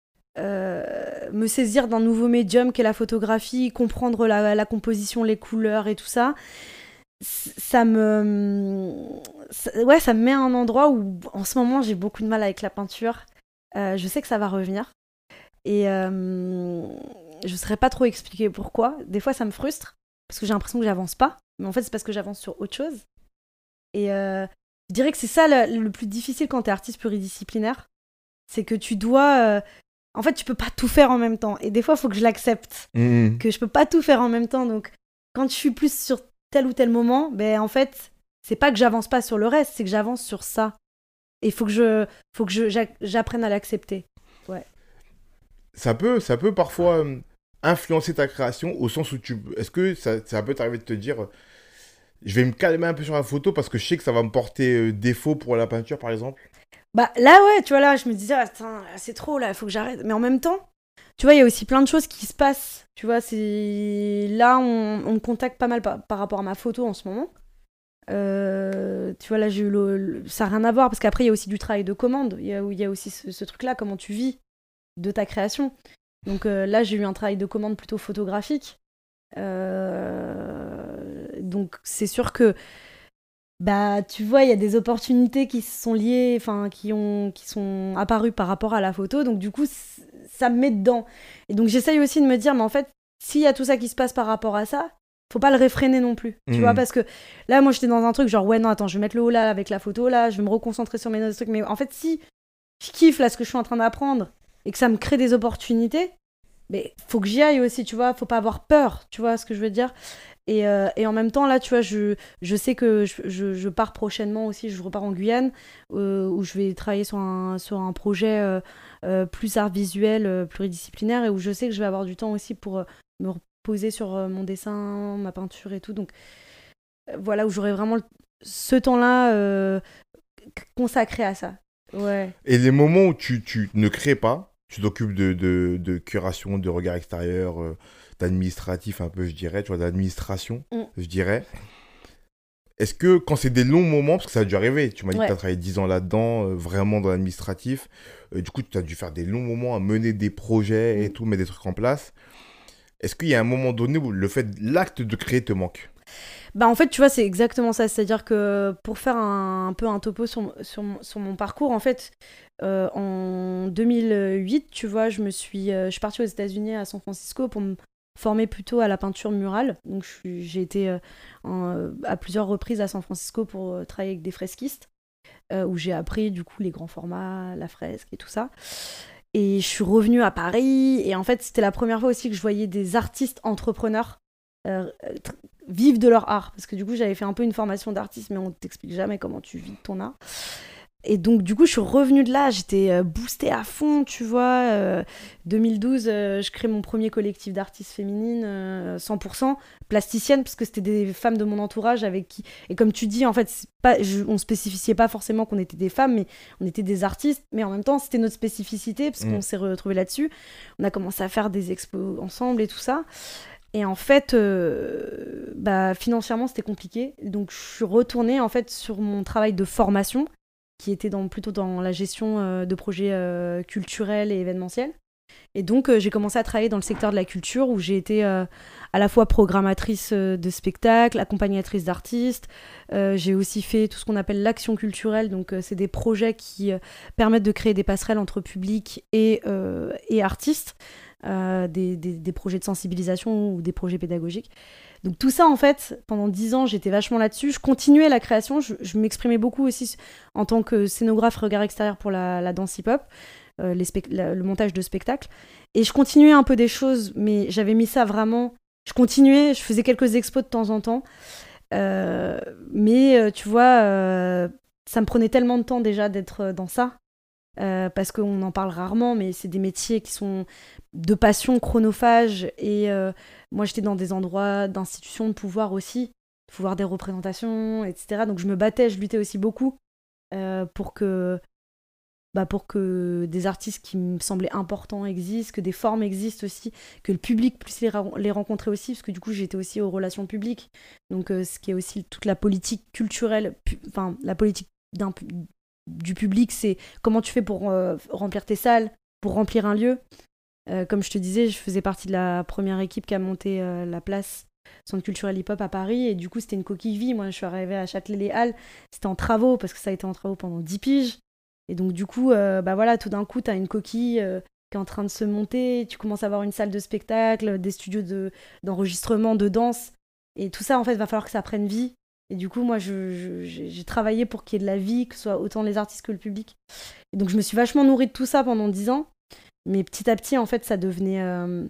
euh, me saisir d'un nouveau médium qu'est la photographie, comprendre la, la composition, les couleurs et tout ça, c- ça me... ça- ouais, ça me met à un endroit où, en ce moment, j'ai beaucoup de mal avec la peinture. Euh, je sais que ça va revenir. Et euh, je ne saurais pas trop expliquer pourquoi. Des fois, ça me frustre, parce que j'ai l'impression que j'avance pas. Mais en fait, c'est parce que j'avance sur autre chose. Et euh, je dirais que c'est ça le, le plus difficile quand tu es artiste pluridisciplinaire. C'est que tu dois... euh, en fait, tu peux pas tout faire en même temps. Et des fois, il faut que je l'accepte.
Mhm.
Que je peux pas tout faire en même temps. Donc, quand je suis plus sur tel ou tel moment, ben en fait, c'est pas que j'avance pas sur le reste, c'est que j'avance sur ça. Et il faut que je, faut que je, j'a- j'apprenne à l'accepter.
Ça peut, ça peut parfois euh, influencer ta création au sens où tu... Est-ce que ça, ça peut t'arriver de te dire, euh, je vais me calmer un peu sur la photo parce que je sais que ça va me porter euh, défaut pour la peinture, par exemple?
Bah là, ouais, tu vois, là, je me disais, attends, c'est trop, là, il faut que j'arrête. Mais en même temps, tu vois, il y a aussi plein de choses qui se passent. Tu vois, c'est... Là, on, on me contacte pas mal par, par rapport à ma photo en ce moment. Euh, tu vois, là, j'ai eu le, le- ça n'a rien à voir, parce qu'après, il y a aussi du travail de commande. Il y a, il y a aussi ce, ce truc-là, comment tu vis de ta création. Donc euh, là, j'ai eu un travail de commande plutôt photographique. Euh, donc c'est sûr que bah tu vois, il y a des opportunités qui se sont liées, enfin qui ont qui sont apparues par rapport à la photo. Donc du coup, c- ça me met dedans. Et donc j'essaye aussi de me dire, mais en fait, s'il y a tout ça qui se passe par rapport à ça, faut pas le réfréner non plus. Tu
Mhm.
vois, parce que là, moi, j'étais dans un truc genre ouais, non, attends, je vais mettre le haut là avec la photo là, je vais me reconcentrer sur mes autres trucs. Mais en fait, si je kiffe là ce que je suis en train d'apprendre et que ça me crée des opportunités, mais faut que j'y aille aussi, tu vois, faut pas avoir peur, tu vois ce que je veux dire. Et, euh, et en même temps, là, tu vois, je, je sais que je, je, je pars prochainement aussi, je repars en Guyane, euh, où je vais travailler sur un, sur un projet euh, euh, plus art visuel, euh, pluridisciplinaire, et où je sais que je vais avoir du temps aussi pour euh, me reposer sur euh, mon dessin, ma peinture et tout. Donc euh, voilà, où j'aurai vraiment le- ce temps-là euh, c- consacré à ça. Ouais.
Et les moments où tu, tu ne crées pas, tu t'occupes de, de, de curation, de regard extérieur, euh, d'administratif un peu, je dirais, tu vois, d'administration,
Mm.
je dirais. Est-ce que quand c'est des longs moments, parce que ça a dû arriver, tu m'as dit que
Ouais.
tu as travaillé dix ans là-dedans, euh, vraiment dans l'administratif, euh, du coup tu as dû faire des longs moments à mener des projets et
Mm.
tout, mettre des trucs en place. Est-ce qu'il y a un moment donné où le fait, l'acte de créer te manque?
Bah en fait, tu vois, c'est exactement ça. C'est-à-dire que pour faire un, un peu un topo sur, sur, mon- sur mon parcours, en fait, euh, en deux mille huit, tu vois, je me suis, euh, je suis partie aux États-Unis à San Francisco pour me former plutôt à la peinture murale. Donc je suis- j'ai été euh, en- à plusieurs reprises à San Francisco pour euh, travailler avec des fresquistes, euh, où j'ai appris du coup les grands formats, la fresque et tout ça. Et je suis revenue à Paris, et en fait, c'était la première fois aussi que je voyais des artistes entrepreneurs euh, tr- vivre de leur art. Parce que du coup, j'avais fait un peu une formation d'artiste, mais on t'explique jamais comment tu vis de ton art. Et donc, du coup, je suis revenue de là, j'étais euh, boostée à fond, tu vois. Euh, deux mille douze, euh, je crée mon premier collectif d'artistes féminines, euh, cent pour cent plasticiennes, parce que c'était des femmes de mon entourage avec qui... Et comme tu dis, en fait, c'est pas, je, on spécifiait pas forcément qu'on était des femmes, mais on était des artistes, mais en même temps, c'était notre spécificité, parce
Mm.
qu'on s'est retrouvés là-dessus. On a commencé à faire des expos ensemble et tout ça. Et en fait, euh, bah, financièrement, c'était compliqué. Donc, je suis retournée en fait sur mon travail de formation. qui était dans, plutôt dans la gestion euh, de projets euh, culturels et événementiels. Et donc, euh, j'ai commencé à travailler dans le secteur de la culture où j'ai été euh, à la fois programmatrice euh, de spectacles, accompagnatrice d'artistes. Euh, j'ai aussi fait tout ce qu'on appelle l'action culturelle. Donc, euh, c'est des projets qui euh, permettent de créer des passerelles entre public et, euh, et artistes, euh, des, des, des projets de sensibilisation ou des projets pédagogiques. Donc, tout ça, en fait, pendant dix ans, j'étais vachement là-dessus. Je continuais la création. Je, je m'exprimais beaucoup aussi en tant que scénographe regard extérieur pour la, la danse hip-hop. Euh, les spect- la, le montage de spectacles. Et je continuais un peu des choses, mais j'avais mis ça vraiment... Je continuais, je faisais quelques expos de temps en temps. Euh, mais euh, tu vois, euh, ça me prenait tellement de temps déjà d'être dans ça, euh, parce qu'on en parle rarement, mais c'est des métiers qui sont de passion chronophage. Et euh, moi, j'étais dans des endroits d'institutions de pouvoir aussi, de pouvoir des représentations, et cetera. Donc je me battais, je luttais aussi beaucoup euh, pour que... Bah pour que des artistes qui me semblaient importants existent, que des formes existent aussi, que le public puisse les, ra- les rencontrer aussi, parce que du coup j'étais aussi aux relations publiques, donc euh, ce qui est aussi toute la politique culturelle, pu- enfin la politique d'un, pu- du public, c'est comment tu fais pour euh, remplir tes salles, pour remplir un lieu. Euh, comme je te disais, je faisais partie de la première équipe qui a monté euh, la place Centre culturel hip-hop à Paris, et du coup c'était une coquille vide. Moi je suis arrivée à Châtelet-les-Halles, c'était en travaux, parce que ça a été en travaux pendant dix piges. Et donc, du coup, euh, bah voilà, tout d'un coup, tu as une coquille euh, qui est en train de se monter. Tu commences à avoir une salle de spectacle, des studios de, d'enregistrement, de danse. Et tout ça, en fait, va falloir que ça prenne vie. Et du coup, moi, je, je, j'ai, j'ai travaillé pour qu'il y ait de la vie, que ce soit autant les artistes que le public. Et donc, je me suis vachement nourrie de tout ça pendant dix ans. Mais petit à petit, en fait, ça devenait... Euh,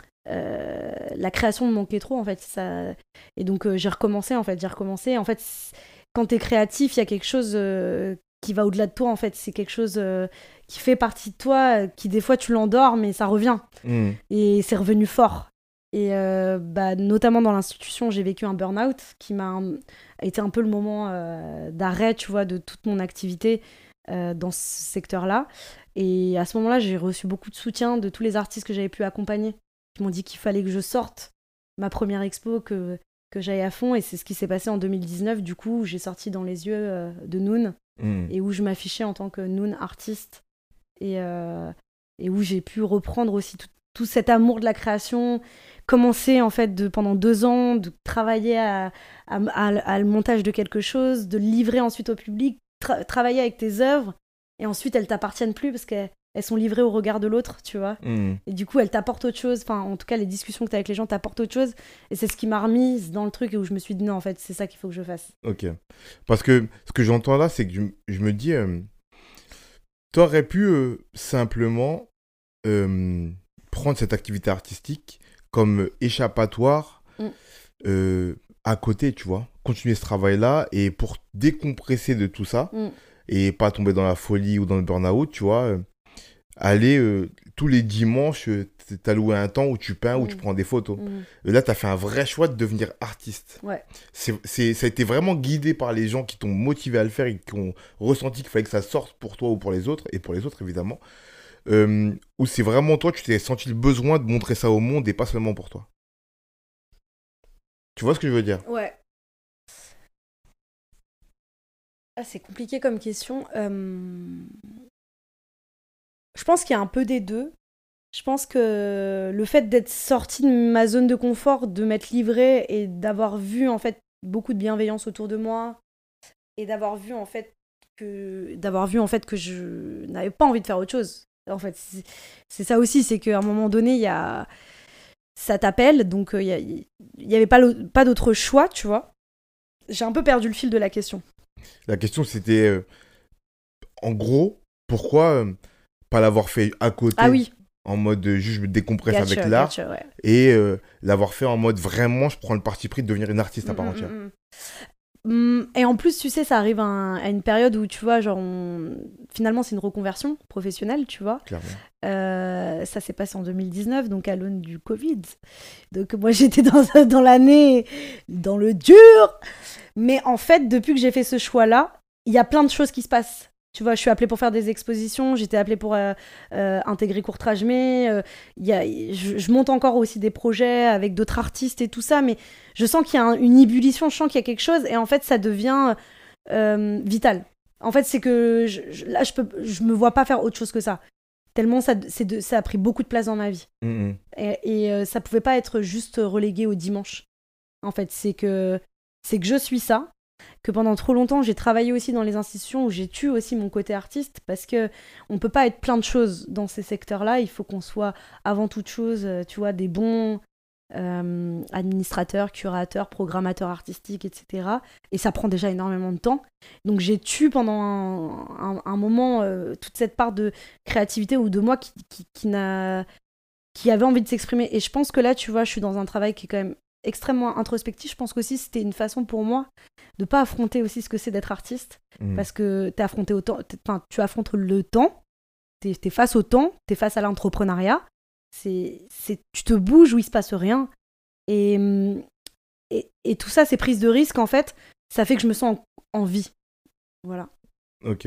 euh, la création me manquait trop, en fait. Ça... Et donc, euh, j'ai recommencé, en fait. J'ai recommencé. En fait, quand t'es créatif, il y a quelque chose... Euh, qui va au-delà de toi, en fait. C'est quelque chose euh, qui fait partie de toi, euh, qui des fois tu l'endors, mais ça revient. Mmh. Et c'est revenu fort. Et euh, bah, notamment dans l'institution, j'ai vécu un burn-out qui m'a un, a été un peu le moment euh, d'arrêt, tu vois, de toute mon activité euh, dans ce secteur-là. Et à ce moment-là, j'ai reçu beaucoup de soutien de tous les artistes que j'avais pu accompagner, qui m'ont dit qu'il fallait que je sorte ma première expo, que, que j'aille à fond. Et c'est ce qui s'est passé en deux mille dix-neuf, du coup, où j'ai sorti Dans les yeux euh, de Noun. Mmh. Et où je m'affichais en tant que Noun artiste, et, euh, et où j'ai pu reprendre aussi tout, tout cet amour de la création, commencer en fait de, pendant deux ans, de travailler à, à, à, à le montage de quelque chose, de le livrer ensuite au public, tra- travailler avec tes œuvres, et ensuite elles t'appartiennent plus parce qu'elles elles sont livrées au regard de l'autre, tu vois. Mmh. Et du coup, elles t'apportent autre chose, enfin en tout cas les discussions que tu as avec les gens t'apportent autre chose, et c'est ce qui m'a remise dans le truc et où je me suis dit non, en fait c'est ça qu'il faut que je fasse.
Ok, parce que ce que j'entends là, c'est que je, je me dis, euh, tu aurais pu euh, simplement euh, prendre cette activité artistique comme échappatoire mmh. euh, à côté, tu vois, continuer ce travail-là, et pour décompresser de tout ça, mmh. et pas tomber dans la folie ou dans le burn-out, tu vois, euh, aller euh, tous les dimanches, euh, t'as loué un temps où tu peins, mmh. où tu prends des photos. Mmh. Et là, t'as fait un vrai choix de devenir artiste.
Ouais.
C'est, c'est, ça a été vraiment guidé par les gens qui t'ont motivé à le faire et qui ont ressenti qu'il fallait que ça sorte pour toi ou pour les autres, et pour les autres, évidemment. Euh, ou c'est vraiment toi, tu t'es senti le besoin de montrer ça au monde et pas seulement pour toi. Tu vois ce que je veux dire ?
Ouais. Ah, c'est compliqué comme question. Euh... Je pense qu'il y a un peu des deux. Je pense que le fait d'être sortie de ma zone de confort, de m'être livrée et d'avoir vu en fait beaucoup de bienveillance autour de moi, et d'avoir vu en fait que d'avoir vu en fait que je n'avais pas envie de faire autre chose. En fait, c'est, c'est ça aussi, c'est qu'à un moment donné, il y a ça t'appelle, donc il euh, y, y avait pas pas d'autre choix, tu vois. J'ai un peu perdu le fil de la question.
La question c'était euh, en gros, pourquoi euh, pas l'avoir fait à côté?
Ah oui.
En mode euh, juste je me décompresse
gotcha,
avec l'art,
gotcha, ouais.
et euh, l'avoir fait en mode vraiment je prends le parti pris de devenir une artiste à part
mmh,
entière.
Mmh. Et en plus, tu sais, ça arrive à, un, à une période où, tu vois, genre, on... finalement, c'est une reconversion professionnelle, tu vois.
Clairement.
Euh, ça s'est passé en deux mille dix-neuf, donc à l'aune du Covid. Donc moi, j'étais dans, dans l'année, dans le dur. Mais en fait, depuis que j'ai fait ce choix-là, il y a plein de choses qui se passent. Tu vois, je suis appelée pour faire des expositions, j'étais appelée pour euh, euh, intégrer Courtrajmé, euh, y a, je, je monte encore aussi des projets avec d'autres artistes et tout ça, mais je sens qu'il y a un, une ébullition, je sens qu'il y a quelque chose, et en fait, ça devient euh, vital. En fait, c'est que je, je- là, je peux, je me vois pas faire autre chose que ça. Tellement ça, c'est de, ça a pris beaucoup de place dans ma vie.
Mmh.
Et, et euh, ça pouvait pas être juste relégué au dimanche. En fait, c'est que, c'est que je suis ça, que pendant trop longtemps, j'ai travaillé aussi dans les institutions où j'ai tué aussi mon côté artiste, parce que on peut pas être plein de choses dans ces secteurs-là. Il faut qu'on soit avant toute chose, euh, tu vois, des bons euh, administrateurs, curateurs, programmateurs artistiques, et cetera. Et ça prend déjà énormément de temps. Donc j'ai tué pendant un, un- un moment euh, toute cette part de créativité ou de moi qui, qui, qui n'a, qui avait envie de s'exprimer. Et je pense que là, tu vois, je suis dans un travail qui est quand même extrêmement introspectif. Je pense qu'aussi c'était une façon pour moi de pas affronter aussi ce que c'est d'être artiste,
Mmh.
parce que t'es affronté au temps, t'es- enfin, tu affrontes le temps, t'es, t'es face au temps, t'es face à l'entrepreneuriat, c'est, c'est, tu te bouges où il se passe rien, et, hum, et, et tout ça, ces prises de risque, en fait, ça fait que je me sens en, en vie. Voilà.
Ok.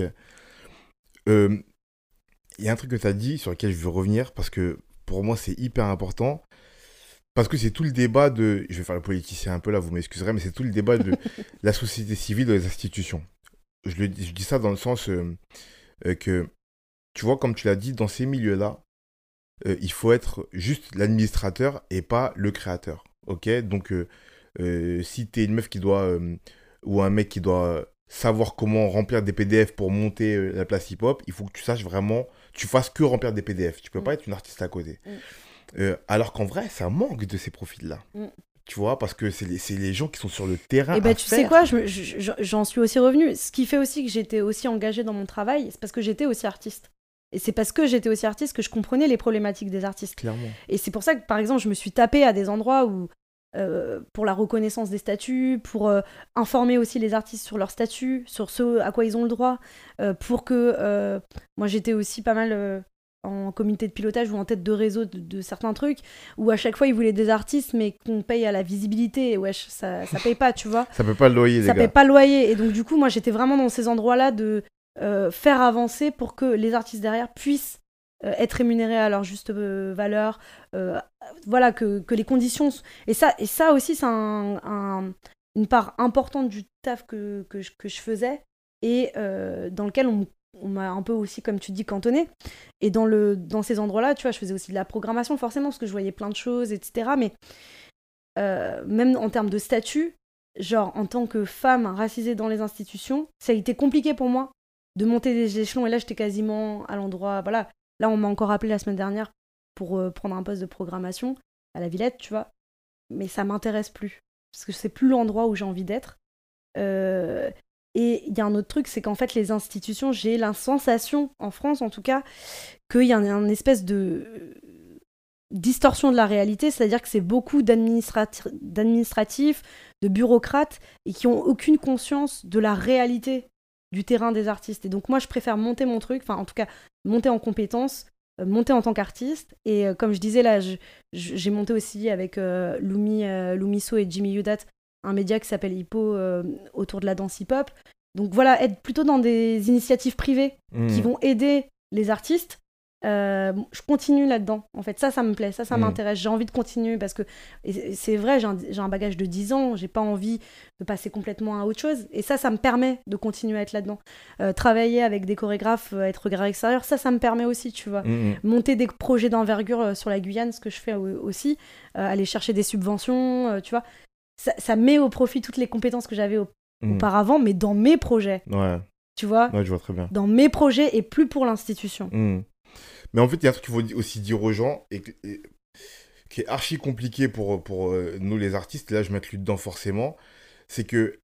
Euh, Il y a un truc que tu as dit sur lequel je veux revenir parce que pour moi c'est hyper important. Parce que c'est tout le débat de. Je vais faire le politicien un peu là, vous m'excuserez, mais c'est tout le débat de la société civile dans les institutions. Je, le, je dis ça dans le sens euh, euh, que, tu vois, comme tu l'as dit, dans ces milieux-là, euh, il faut être juste l'administrateur et pas le créateur. Ok. Donc, euh, euh, si tu es une meuf qui doit. Euh, ou un mec qui doit savoir comment remplir des P D F pour monter euh, la place hip-hop, il faut que tu saches vraiment. Tu fasses que remplir des P D F. Tu peux
Mm.
pas être une artiste à côté.
Mm.
Euh, alors qu'en vrai, ça manque de ces profils-là.
Mm.
Tu vois, parce que c'est les, c'est les gens qui sont sur le terrain.
Et bah,
à
tu
faire.
sais quoi, je me- je- je- j'en suis aussi revenue. Ce qui fait aussi que j'étais aussi engagée dans mon travail, c'est parce que j'étais aussi artiste. Et c'est parce que j'étais aussi artiste que je comprenais les problématiques des artistes.
Clairement.
Et c'est pour ça que, par exemple, je me suis tapée à des endroits où, euh, pour la reconnaissance des statuts, pour euh, informer aussi les artistes sur leurs statuts, sur ce à quoi ils ont le droit, euh, pour que... euh, moi, j'étais aussi pas mal euh, en comité de pilotage ou en tête de réseau de, de certains trucs, où à chaque fois, ils voulaient des artistes, mais qu'on paye à la visibilité. Et wesh, ça, ça paye pas, tu vois.
Ça peut pas le loyer,
Ça
les
paye
gars.
pas le loyer. Et donc, du coup, moi, j'étais vraiment dans ces endroits-là de euh, faire avancer pour que les artistes derrière puissent euh, être rémunérés à leur juste euh, valeur. Euh, voilà, que, que les conditions... s- Et ça, et ça aussi, c'est un, un- une part importante du taf que, que, je, que je faisais et euh, dans lequel on, on m'a un peu aussi, comme tu dis, cantonné. Et dans, le, dans ces endroits-là, tu vois, je faisais aussi de la programmation, forcément, parce que je voyais plein de choses, et cetera. Mais euh, même en termes de statut, genre en tant que femme racisée dans les institutions, ça a été compliqué pour moi de monter des échelons. Et là, j'étais quasiment à l'endroit. Voilà, là, on m'a encore appelé la semaine dernière pour euh, prendre un poste de programmation à la Villette, tu vois. Mais ça m'intéresse plus parce que c'est plus l'endroit où j'ai envie d'être. Euh, et il y a un autre truc, c'est qu'en fait, les institutions, j'ai la sensation, en France en tout cas, qu'il y a un, un espèce de distorsion de la réalité, c'est-à-dire que c'est beaucoup d'administrati- d'administratifs, de bureaucrates, et qui ont aucune conscience de la réalité du terrain des artistes. Et donc moi, je préfère monter mon truc, enfin en tout cas, monter en compétences, euh, monter en tant qu'artiste. Et euh, comme je disais là, je- je- j'ai monté aussi avec euh, Lumi, euh, Lumiso et Jimmy Yudat, un média qui s'appelle Hippo, euh, autour de la danse hip-hop. Donc voilà, être plutôt dans des initiatives privées
Mmh.
qui vont aider les artistes. Euh, je continue là-dedans. En fait, ça, ça me plaît, ça, ça
Mm.
m'intéresse. J'ai envie de continuer parce que et c'est vrai, j'ai un, j'ai un bagage de dix ans, j'ai pas envie de passer complètement à autre chose. Et ça, ça me permet de continuer à être là-dedans. Euh, travailler avec des chorégraphes, euh, être regard extérieur, ça, ça me permet aussi, tu vois.
Mmh.
Monter des projets d'envergure euh, sur la Guyane, ce que je fais euh, aussi, euh, aller chercher des subventions, euh, tu vois. Ça, ça met au profit toutes les compétences que j'avais au-
Mmh.
auparavant, mais dans mes projets,
Ouais.
tu vois.
Ouais, je vois très bien.
Dans mes projets et plus pour l'institution.
Mmh. Mais en fait, il y a un truc qu'il faut di- aussi dire aux gens et, que- et- qui est archi compliqué pour, pour euh, nous les artistes, et là je m'inclus dedans forcément, c'est que,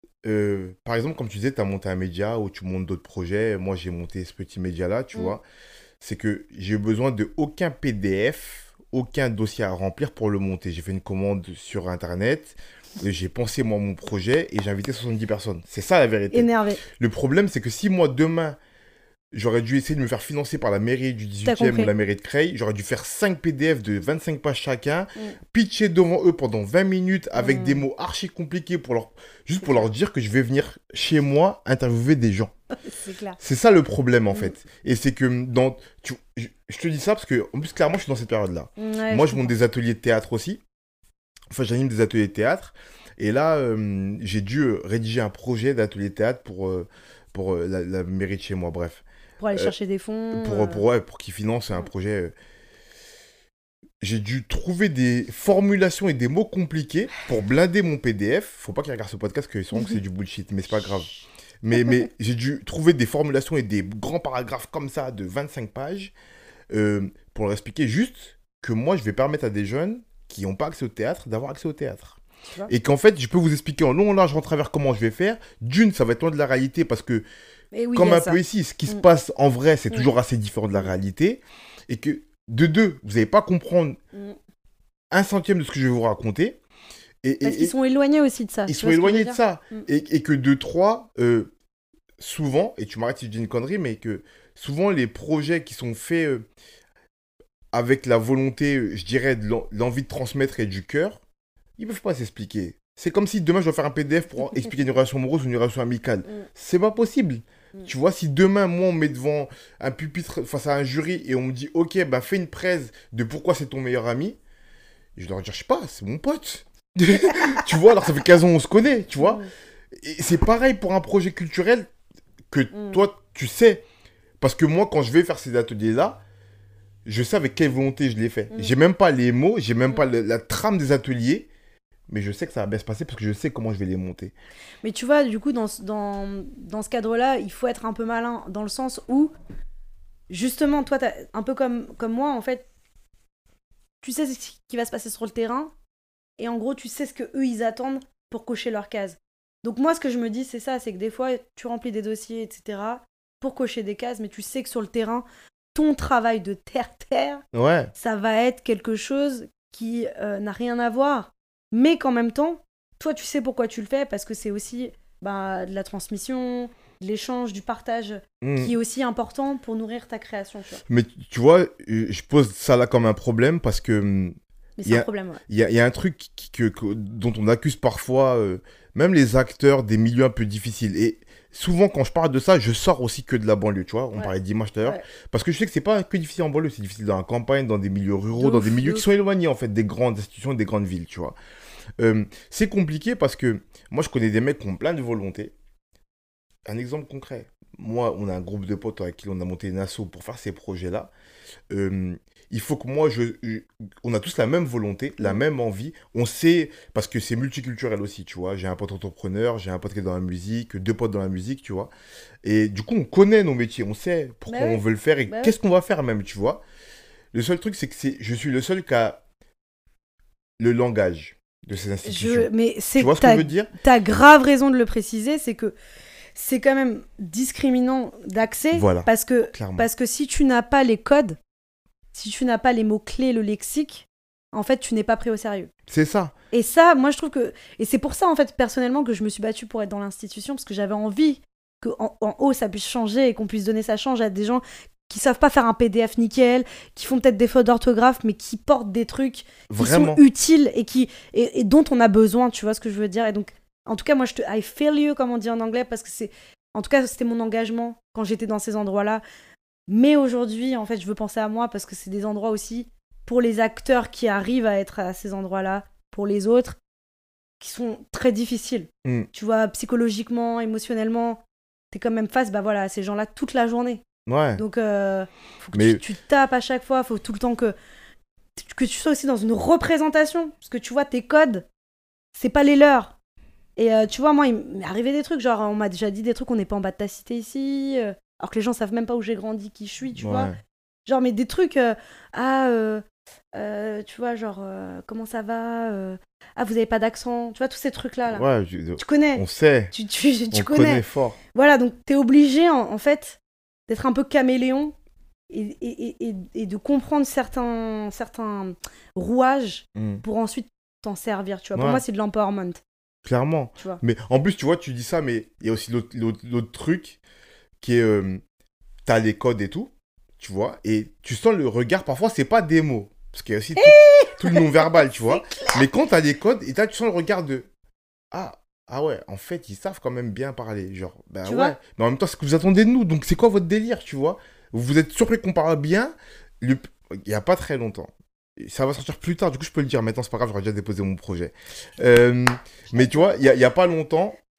euh, par exemple, comme tu disais, tu as monté un média ou tu montes d'autres projets, moi j'ai monté ce petit média-là, tu
Mm.
vois, c'est que j'ai eu besoin de aucun P D F, aucun dossier à remplir pour le monter. J'ai fait une commande sur Internet, euh, j'ai pensé moi mon projet et j'ai invité soixante-dix personnes. C'est ça la vérité.
Énervé.
Le problème, c'est que si moi, demain, j'aurais dû essayer de me faire financer par la mairie du
T'as
dix-huitième
compris.
ou la mairie de Creil, j'aurais dû faire cinq P D F de vingt-cinq pages chacun,
Mm.
pitcher devant eux pendant vingt minutes avec
Mm.
des mots archi compliqués pour leur... juste pour leur dire que je vais venir chez moi interviewer des gens.
C'est clair.
C'est ça le problème, en
Mm.
fait. Et c'est que dans... tu- Je, je te dis ça parce que, en plus, clairement, je suis dans cette période-là.
Ouais,
Moi,
je
je monte
comprends.
des ateliers de théâtre aussi. Enfin, j'anime des ateliers de théâtre. Et là, euh, j'ai dû euh, rédiger un projet d'atelier de théâtre pour, euh, pour euh, la, la mairie de chez moi, bref.
Pour aller
Euh,
chercher des fonds.
Pour,
euh,
pour, ouais, pour qu'ils financent un
Mm.
projet. euh, J'ai dû trouver des formulations et des mots compliqués pour blinder mon P D F. Faut pas qu'ils regardent ce podcast, qu'ils sauront que c'est du bullshit, mais c'est pas grave. Mais, mais j'ai dû trouver des formulations et des grands paragraphes comme ça de vingt-cinq pages euh, pour leur expliquer juste que moi, je vais permettre à des jeunes qui n'ont pas accès au théâtre d'avoir accès au théâtre.
Tu vois.
Et qu'en fait, je peux vous expliquer en long, en large, en travers comment je vais faire. D'une, ça va être loin de la réalité parce que,
Et oui, il
comme
y a
un
ça.
peu ici, ce qui se
Mm.
passe en vrai, c'est
Mm.
toujours assez différent de la réalité. Et que, de deux, vous n'allez pas comprendre
Mm.
un centième de ce que je vais vous raconter. Et,
Parce
et-
qu'ils
et-
sont éloignés aussi de ça.
ils
tu
sont
vois ce que je veux
éloignés de
dire.
ça.
Mm.
Et, et que de trois, euh, souvent, et tu m'arrêtes si je dis une connerie, mais que souvent les projets qui sont faits euh, avec la volonté, euh, je dirais, de l'en- l'envie de transmettre et du cœur, ils peuvent pas s'expliquer. C'est comme si demain je dois faire un P D F pour expliquer une relation amoureuse ou une relation amicale.
Mm.
C'est pas possible.
Mm.
Tu vois, si demain, moi, on me met devant un pupitre face à un jury et on me dit, ok, bah fais une presse de pourquoi c'est ton meilleur ami, je leur dis, je sais pas, c'est mon pote. Tu vois, alors ça fait quinze ans on se connaît, tu vois.
Mm.
Et c'est pareil pour un projet culturel que
Mm.
toi, tu sais. Parce que moi, quand je vais faire ces ateliers-là, je sais avec quelle volonté je les fais.
Mm.
J'ai même pas les mots, j'ai même
Mm.
pas le- la trame des ateliers, mais je sais que ça va bien se passer parce que je sais comment je vais les monter.
Mais tu vois, du coup, dans, ce- dans, dans ce cadre-là, il faut être un peu malin dans le sens où, justement, toi, t'as, un peu comme, comme moi, en fait, tu sais ce qui va se passer sur le terrain et en gros, tu sais ce que eux ils attendent pour cocher leur case. Donc, moi, ce que je me dis, c'est ça, c'est que des fois, tu remplis des dossiers, et cetera, pour cocher des cases, mais tu sais que sur le terrain, ton travail de terre-terre,
Ouais,
ça va être quelque chose qui euh, n'a rien à voir. Mais qu'en même temps, toi, tu sais pourquoi tu le fais, parce que c'est aussi bah, de la transmission, de l'échange, du partage,
Mm.
qui est aussi important pour nourrir ta création. Tu vois.
Mais tu tu vois, euh, je pose ça là comme un problème parce que hum,
Mais
Y
c'est
a-
un problème, ouais.
il y a, il y a un truc qui- que, que- dont on accuse parfois euh, même les acteurs des milieux un peu difficiles. Et souvent, quand je parle de ça, je sors aussi que de la banlieue, tu vois. On
Ouais.
parlait d'image tout à l'heure.
Ouais.
Parce que je sais que c'est pas que difficile en banlieue, c'est difficile dans la campagne, dans des milieux ruraux,
De
dans
ouf,
des milieux
de
qui
ouf.
sont éloignés, en fait, des grandes institutions et des grandes villes, tu vois. Euh, c'est compliqué parce que moi, je connais des mecs qui ont plein de volonté. Un exemple concret. Moi, on a un groupe de potes avec qui on a monté une asso pour faire ces projets-là. Euh, il faut que moi, je, je- on a tous la même volonté, la
Mm.
même envie. On sait, parce que c'est multiculturel aussi, tu vois. J'ai un pote entrepreneur, j'ai un pote qui est dans la musique, deux potes dans la musique, tu vois. Et du coup, on connaît nos métiers, on sait pourquoi
Bah ouais.
on veut le faire et
Bah ouais.
qu'est-ce qu'on va faire même, tu vois. Le seul truc, c'est que c'est, je suis le seul qui a le langage de ces institutions.
Je... Mais c'est
Tu vois ce
que
que je
t'as,
veux dire?
t'as grave raison de le préciser, c'est que c'est quand même discriminant d'accès,
Voilà,
parce que,
clairement.
parce que si tu n'as pas les codes, si tu n'as pas les mots-clés, le lexique, en fait, tu n'es pas pris au sérieux.
C'est ça.
Et ça, moi, je trouve que... Et c'est pour ça, en fait, personnellement, que je me suis battue pour être dans l'institution, parce que j'avais envie qu'en en haut, ça puisse changer et qu'on puisse donner sa chance à des gens qui savent pas faire un P D F nickel, qui font peut-être des fautes d'orthographe, mais qui portent des trucs qui
Vraiment.
sont utiles et, qui, et, et dont on a besoin, tu vois ce que je veux dire. Et donc, en tout cas, moi, je te... I feel you, comme on dit en anglais, parce que c'est... En tout cas, c'était mon engagement quand j'étais dans ces endroits-là. Mais aujourd'hui, en fait, je veux penser à moi, parce que c'est des endroits aussi, pour les acteurs qui arrivent à être à ces endroits-là, pour les autres, qui sont très difficiles.
Mm.
Tu vois, psychologiquement, émotionnellement, t'es quand même face bah voilà, à ces gens-là toute la journée.
Ouais.
Donc, euh, faut que
Mais-
tu, tu tapes à chaque fois, faut tout le temps que, que tu sois aussi dans une représentation. Parce que tu vois, tes codes, c'est pas les leurs. Et euh, tu vois, moi, il m'est arrivé des trucs, genre, on m'a déjà dit des trucs, on n'est pas en bas de ta cité ici, euh, alors que les gens savent même pas où j'ai grandi, qui je suis, tu vois.
Ouais.
Genre, mais des trucs, euh, ah, euh, euh, tu vois, genre, euh, comment ça va euh, ah, vous avez pas d'accent, tu vois, tous ces trucs-là. Là.
Ouais, je-
Tu connais,
on sait.
tu, tu, tu
on
connais.
connaît fort.
Voilà, donc t'es obligé, en, en fait, d'être un peu caméléon et, et, et, et- et de comprendre certains, certains rouages
Mm.
pour ensuite t'en servir, tu vois. Pour
Ouais.
moi, c'est de l'empowerment,
Clairement.
tu vois.
Mais en plus, tu vois, tu dis ça, mais il y a aussi l'autre, l'autre, l'autre truc qui est. euh, t'as les codes et tout, tu vois, et tu sens le regard, parfois, c'est pas des mots. Parce qu'il y a aussi tout, tout le non-verbal, tu vois. Mais quand t'as les codes, et là, tu sens le regard de. Ah, ah ouais, en fait, ils savent quand même bien parler. Genre, ben
Tu
ouais.
vois
Mais en même temps, c'est ce que vous attendez de nous. Donc, c'est quoi votre délire, tu vois? Vous êtes surpris qu'on parle bien. Le... Il y a pas très longtemps. Et ça va sortir plus tard, du coup, je peux le dire. Maintenant, c'est pas grave, j'aurais déjà déposé mon projet. Euh, mais tu vois, il y a, il y a pas longtemps,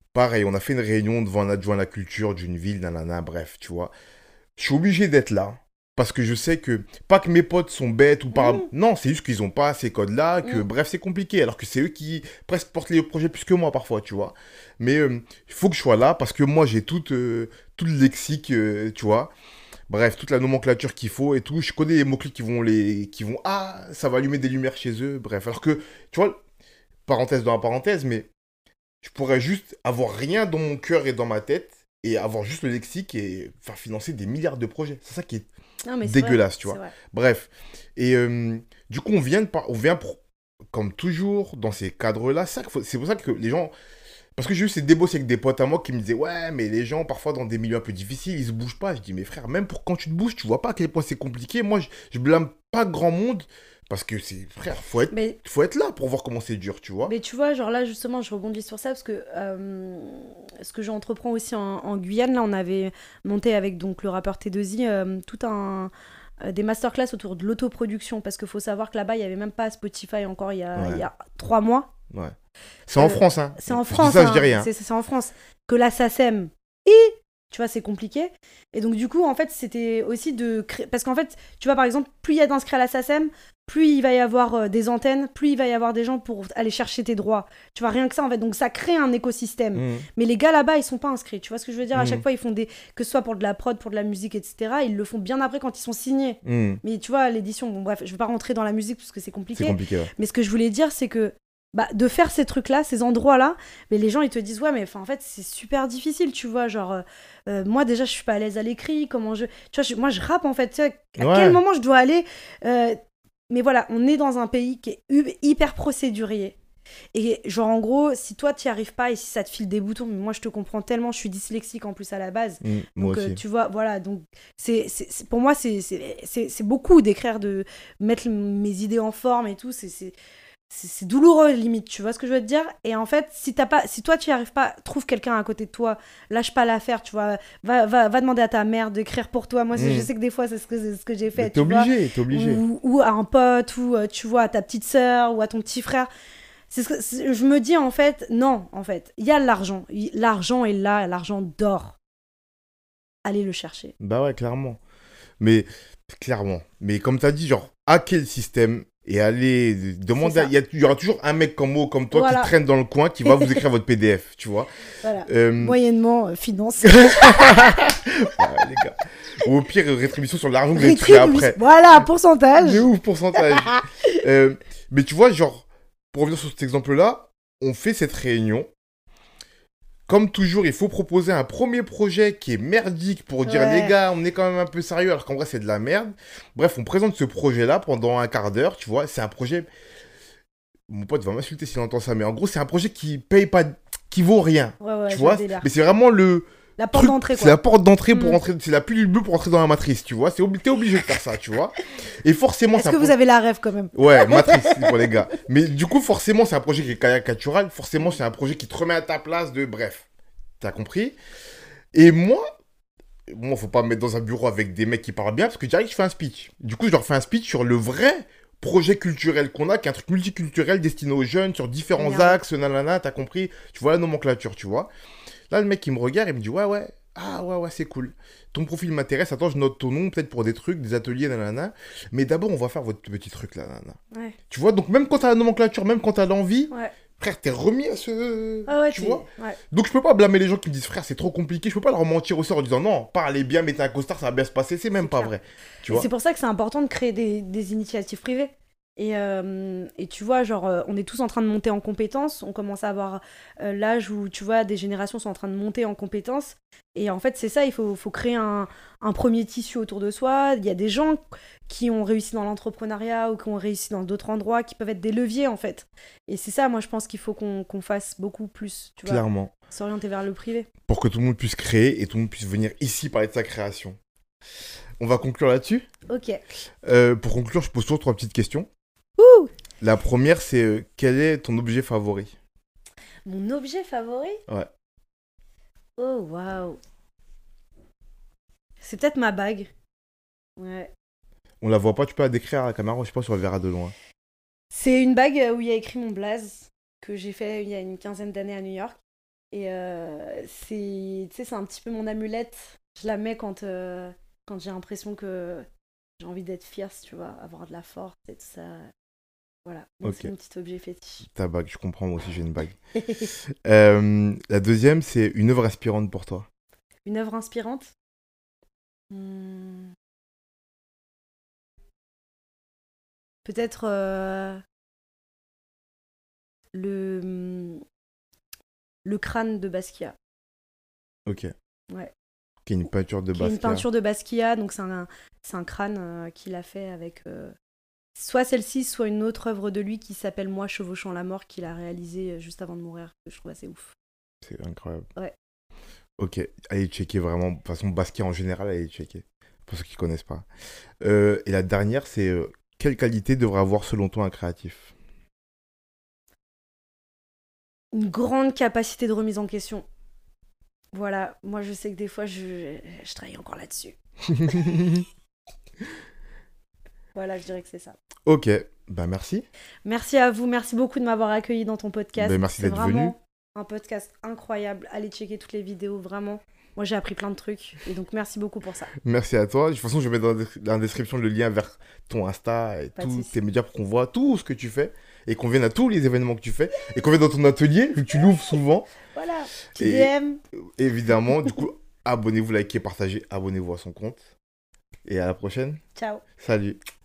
pareil, on a fait une réunion devant un adjoint à la culture d'une ville, nanana, bref, tu vois. Je suis obligé d'être là. Parce que je sais que, pas que mes potes sont bêtes ou pas.
Mmh.
Non, c'est juste qu'ils ont pas ces codes-là, que
Mmh.
bref, c'est compliqué. Alors que c'est eux qui presque portent les projets plus que moi parfois, tu vois. Mais il faut que je sois là parce que moi j'ai tout, euh, tout le lexique, euh, tu vois. Bref, toute la nomenclature qu'il faut et tout. Je connais les mots-clés qui vont les. Qui vont. Ah, ça va allumer des lumières chez eux. Bref. Alors que, tu vois, parenthèse dans la parenthèse, mais je pourrais juste avoir rien dans mon cœur et dans ma tête et avoir juste le lexique et faire financer des milliards de projets. C'est ça qui est
Non, mais c'est vrai,
dégueulasse, tu
c'est
vois.
vrai.
Bref. Et euh, du coup, on vient, de par- on vient pour- comme toujours, dans ces cadres-là. ça qu'il faut- C'est pour ça que les gens. Parce que j'ai eu ces débats aussi avec des potes à moi qui me disaient, ouais, mais les gens, parfois, dans des milieux un peu difficiles, ils se bougent pas. Je dis, mais frère, même pour quand tu te bouges, tu vois pas à quel point c'est compliqué. Moi, je, je blâme pas grand monde. Parce que c'est, frère, faut être,
Mais,
faut être là pour voir comment c'est dur, tu vois.
mais tu vois, genre là, justement, je rebondis sur ça parce que euh, ce que j'entreprends aussi en, en Guyane, là, on avait monté avec donc, le rappeur T deux I euh, tout un. euh, des masterclass autour de l'autoproduction parce qu'il faut savoir que là-bas, il n'y avait même pas Spotify encore il y a,
Ouais.
il y a trois mois.
Ouais. C'est en
Euh,
France, hein.
C'est en
Je dis
France.
ça, je
hein.
dis rien.
C'est c'est en France. Que la SACEM, et tu vois, c'est compliqué. Et donc, du coup, en fait, c'était aussi de créer. Parce qu'en fait, tu vois, par exemple, plus il y a d'inscrits à la SACEM, plus il va y avoir euh, des antennes, plus il va y avoir des gens pour aller chercher tes droits. Tu vois, rien que ça, en fait. Donc, ça crée un écosystème.
Mmh.
Mais les gars là-bas, ils sont pas inscrits. Tu vois ce que je veux dire? À
Mhm.
chaque fois, ils font des. Que ce soit pour de la prod, pour de la musique, et cetera. Ils le font bien après quand ils sont signés.
Mmh.
Mais tu vois, l'édition, bon, bref, je vais pas rentrer dans la musique parce que c'est compliqué.
C'est compliqué, ouais.
Mais ce que je voulais dire, c'est que bah, de faire ces trucs-là, ces endroits-là, mais les gens, ils te disent, ouais, mais en fait, c'est super difficile, tu vois. Genre, euh, euh, moi, déjà, je suis pas à l'aise à l'écrit. Comment je. Tu vois, je- moi, je rappe, en fait. Tu sais, à
Ouais.
quel moment je dois aller euh, Mais voilà, on est dans un pays qui est hu- hyper procédurier. Et genre, en gros, si toi, tu n'y arrives pas et si ça te file des boutons, mais moi, je te comprends tellement, je suis dyslexique en plus à la base.
Mmh. Moi
Donc, euh,
aussi.
tu vois, voilà. Donc, c'est, c'est, c'est- pour moi, c'est, c'est, c'est, c'est beaucoup d'écrire, de mettre mes idées en forme et tout. C'est, c'est, c'est, c'est douloureux, limite. Tu vois ce que je veux te dire? Et en fait, si, t'as pas, si toi, tu n'y arrives pas, trouve quelqu'un à côté de toi, lâche pas l'affaire, tu vois. Va, va, va demander à ta mère d'écrire pour toi. Moi, c'est-
Mm.
je sais que des fois, c'est ce que, c'est ce que j'ai
Mais
fait.
t'es
tu vois.
obligé, t'es obligé.
Ou, ou à un pote, ou euh, tu vois, à ta petite sœur, ou à ton petit frère. C'est ce que, c'est- je me dis en fait, non, en fait, il y a l'argent. Il- L'argent est là, l'argent dort. Allez le chercher.
Bah ouais, clairement. Mais, clairement. Mais comme t'as dit, genre, hacker le système et aller demander...
C'est
à-
ça.
Il y, a- il y aura toujours un mec comme moi, comme toi,
Voilà.
qui traîne dans le coin, qui va vous écrire votre P D F, tu vois.
Voilà.
Euh,
Moyennement, euh, finance.
ouais, les gars. Ou au pire, rétribution sur l'argent que vous avez pris
Rétribution.
après.
Voilà, pourcentage.
De ouf, pourcentage. Euh, mais tu vois, genre, pour revenir sur cet exemple-là, on fait cette réunion. Comme toujours, il faut proposer un premier projet qui est merdique pour dire,
Ouais.
les gars, on est quand même un peu sérieux, alors qu'en vrai, c'est de la merde. Bref, on présente ce projet-là pendant un quart d'heure, tu vois. C'est un projet... Mon pote va m'insulter s'il entend ça, mais en gros, c'est un projet qui paye pas... qui vaut rien,
Ouais, ouais,
tu
je
vois.
le délire.
Mais c'est vraiment le...
La porte
truc-
d'entrée,
C'est
quoi.
la porte d'entrée pour
Mm.
entrer... C'est la pilule bleue pour entrer dans la matrice, tu vois. C'est obli- T'es obligé de faire ça, tu vois. Et forcément,
Est-ce
c'est un
que vous
pro-
avez la rêve quand même?
Ouais, matrice pour les gars. Mais du coup, forcément, c'est un projet qui est caricatural. Forcément, c'est un projet qui te remet à ta place de... Bref, t'as compris. Et moi, moi, faut pas me mettre dans un bureau avec des mecs qui parlent bien, parce que j'arrive, je fais un speech. Du coup, je leur fais un speech sur le vrai projet culturel qu'on a, qui est un truc multiculturel destiné aux jeunes, sur différents
Merde.
axes, nanana, t'as compris. Tu vois la nomenclature, tu vois. Là, le mec, il me regarde, il me dit, ouais, ouais, ah, ouais, ouais, c'est cool. Ton profil m'intéresse, attends, je note ton nom, peut-être pour des trucs, des ateliers, nanana. Mais d'abord, on va faire votre petit truc, là, nanana.
Ouais.
Tu vois, donc même quand t'as la nomenclature, même quand t'as l'envie,
Ouais.
frère, t'es remis à ce...
Ah ouais,
tu
t'es-
vois.
ouais.
Donc je peux pas blâmer les gens qui me disent, frère, c'est trop compliqué, je peux pas leur mentir aussi en disant, non, parlez bien, mettez un costard, ça va bien se passer, c'est même
C'est
pas
clair.
vrai. Tu
Et
vois.
c'est pour ça que c'est important de créer des, des initiatives privées. Et, euh, et tu vois, genre, euh, on est tous en train de monter en compétences. On commence à avoir euh, l'âge où, tu vois, des générations sont en train de monter en compétences. Et en fait, c'est ça, il faut, faut créer un, un premier tissu autour de soi. Il y a des gens qui ont réussi dans l'entrepreneuriat ou qui ont réussi dans d'autres endroits qui peuvent être des leviers, en fait. Et c'est ça, moi, je pense qu'il faut qu'on qu'on fasse beaucoup plus, tu vois,
Clairement.
s'orienter vers le privé.
Pour que tout le monde puisse créer et tout le monde puisse venir ici parler de sa création. On va conclure là-dessus.
Ok.
Euh, pour conclure, je pose toujours trois petites questions.
Ouh.
La première, c'est euh, quel est ton objet favori?
Mon objet favori?
Ouais.
Oh, waouh. C'est peut-être ma bague. Ouais.
On la voit pas, tu peux la décrire à la caméra, je sais pas si on la verra de loin.
C'est une bague où il y a écrit mon blaze, que j'ai fait il y a une quinzaine d'années à New York. Et euh, c'est, tu sais, c'est un petit peu mon amulette. Je la mets quand, euh, quand j'ai l'impression que j'ai envie d'être fierce, tu vois, avoir de la force et tout ça. Voilà, donc
Ok.
c'est mon petit objet fétiche.
Ta bague, je comprends, moi aussi j'ai une bague. Euh, la deuxième, c'est une œuvre inspirante pour toi.
Une œuvre inspirante. Hmm. Peut-être euh, le, le crâne de Basquiat.
Ok.
Ouais.
Qui est une peinture de
Qui est une
Basquiat.
peinture de Basquiat, donc c'est un, c'est un crâne euh, qu'il a fait avec euh, soit celle-ci, soit une autre œuvre de lui qui s'appelle Moi chevauchant la mort, qu'il a réalisé euh, juste avant de mourir, que je trouve assez ouf.
C'est incroyable.
Ouais.
Ok, allez checker vraiment. De toute façon, Basquiat en général, allez checker. Pour ceux qui connaissent pas. Euh, et la dernière, c'est euh, quelle qualité devrait avoir selon toi un créatif?
Une grande capacité de remise en question. Voilà, moi je sais que des fois je, je travaille encore là-dessus. Voilà, je dirais que c'est ça.
Ok, bah merci.
Merci à vous, merci beaucoup de m'avoir accueilli dans ton podcast.
Ben, merci
C'est
d'être venu.
vraiment un podcast incroyable. Allez checker toutes les vidéos, vraiment. Moi j'ai appris plein de trucs et donc merci beaucoup pour ça.
Merci à toi. De toute façon, je vais mettre dans la descri- dans la description le lien vers ton Insta et
Pas de
tous
souci.
tes médias pour qu'on voit tout ce que tu fais et qu'on vienne à tous les événements que tu fais et qu'on vienne dans ton atelier, vu que tu l'ouvres souvent.
Voilà, petit
Et-
D M.
Évidemment, du coup, abonnez-vous, likez, partagez, abonnez-vous à son compte. Et à la prochaine.
Ciao.
Salut.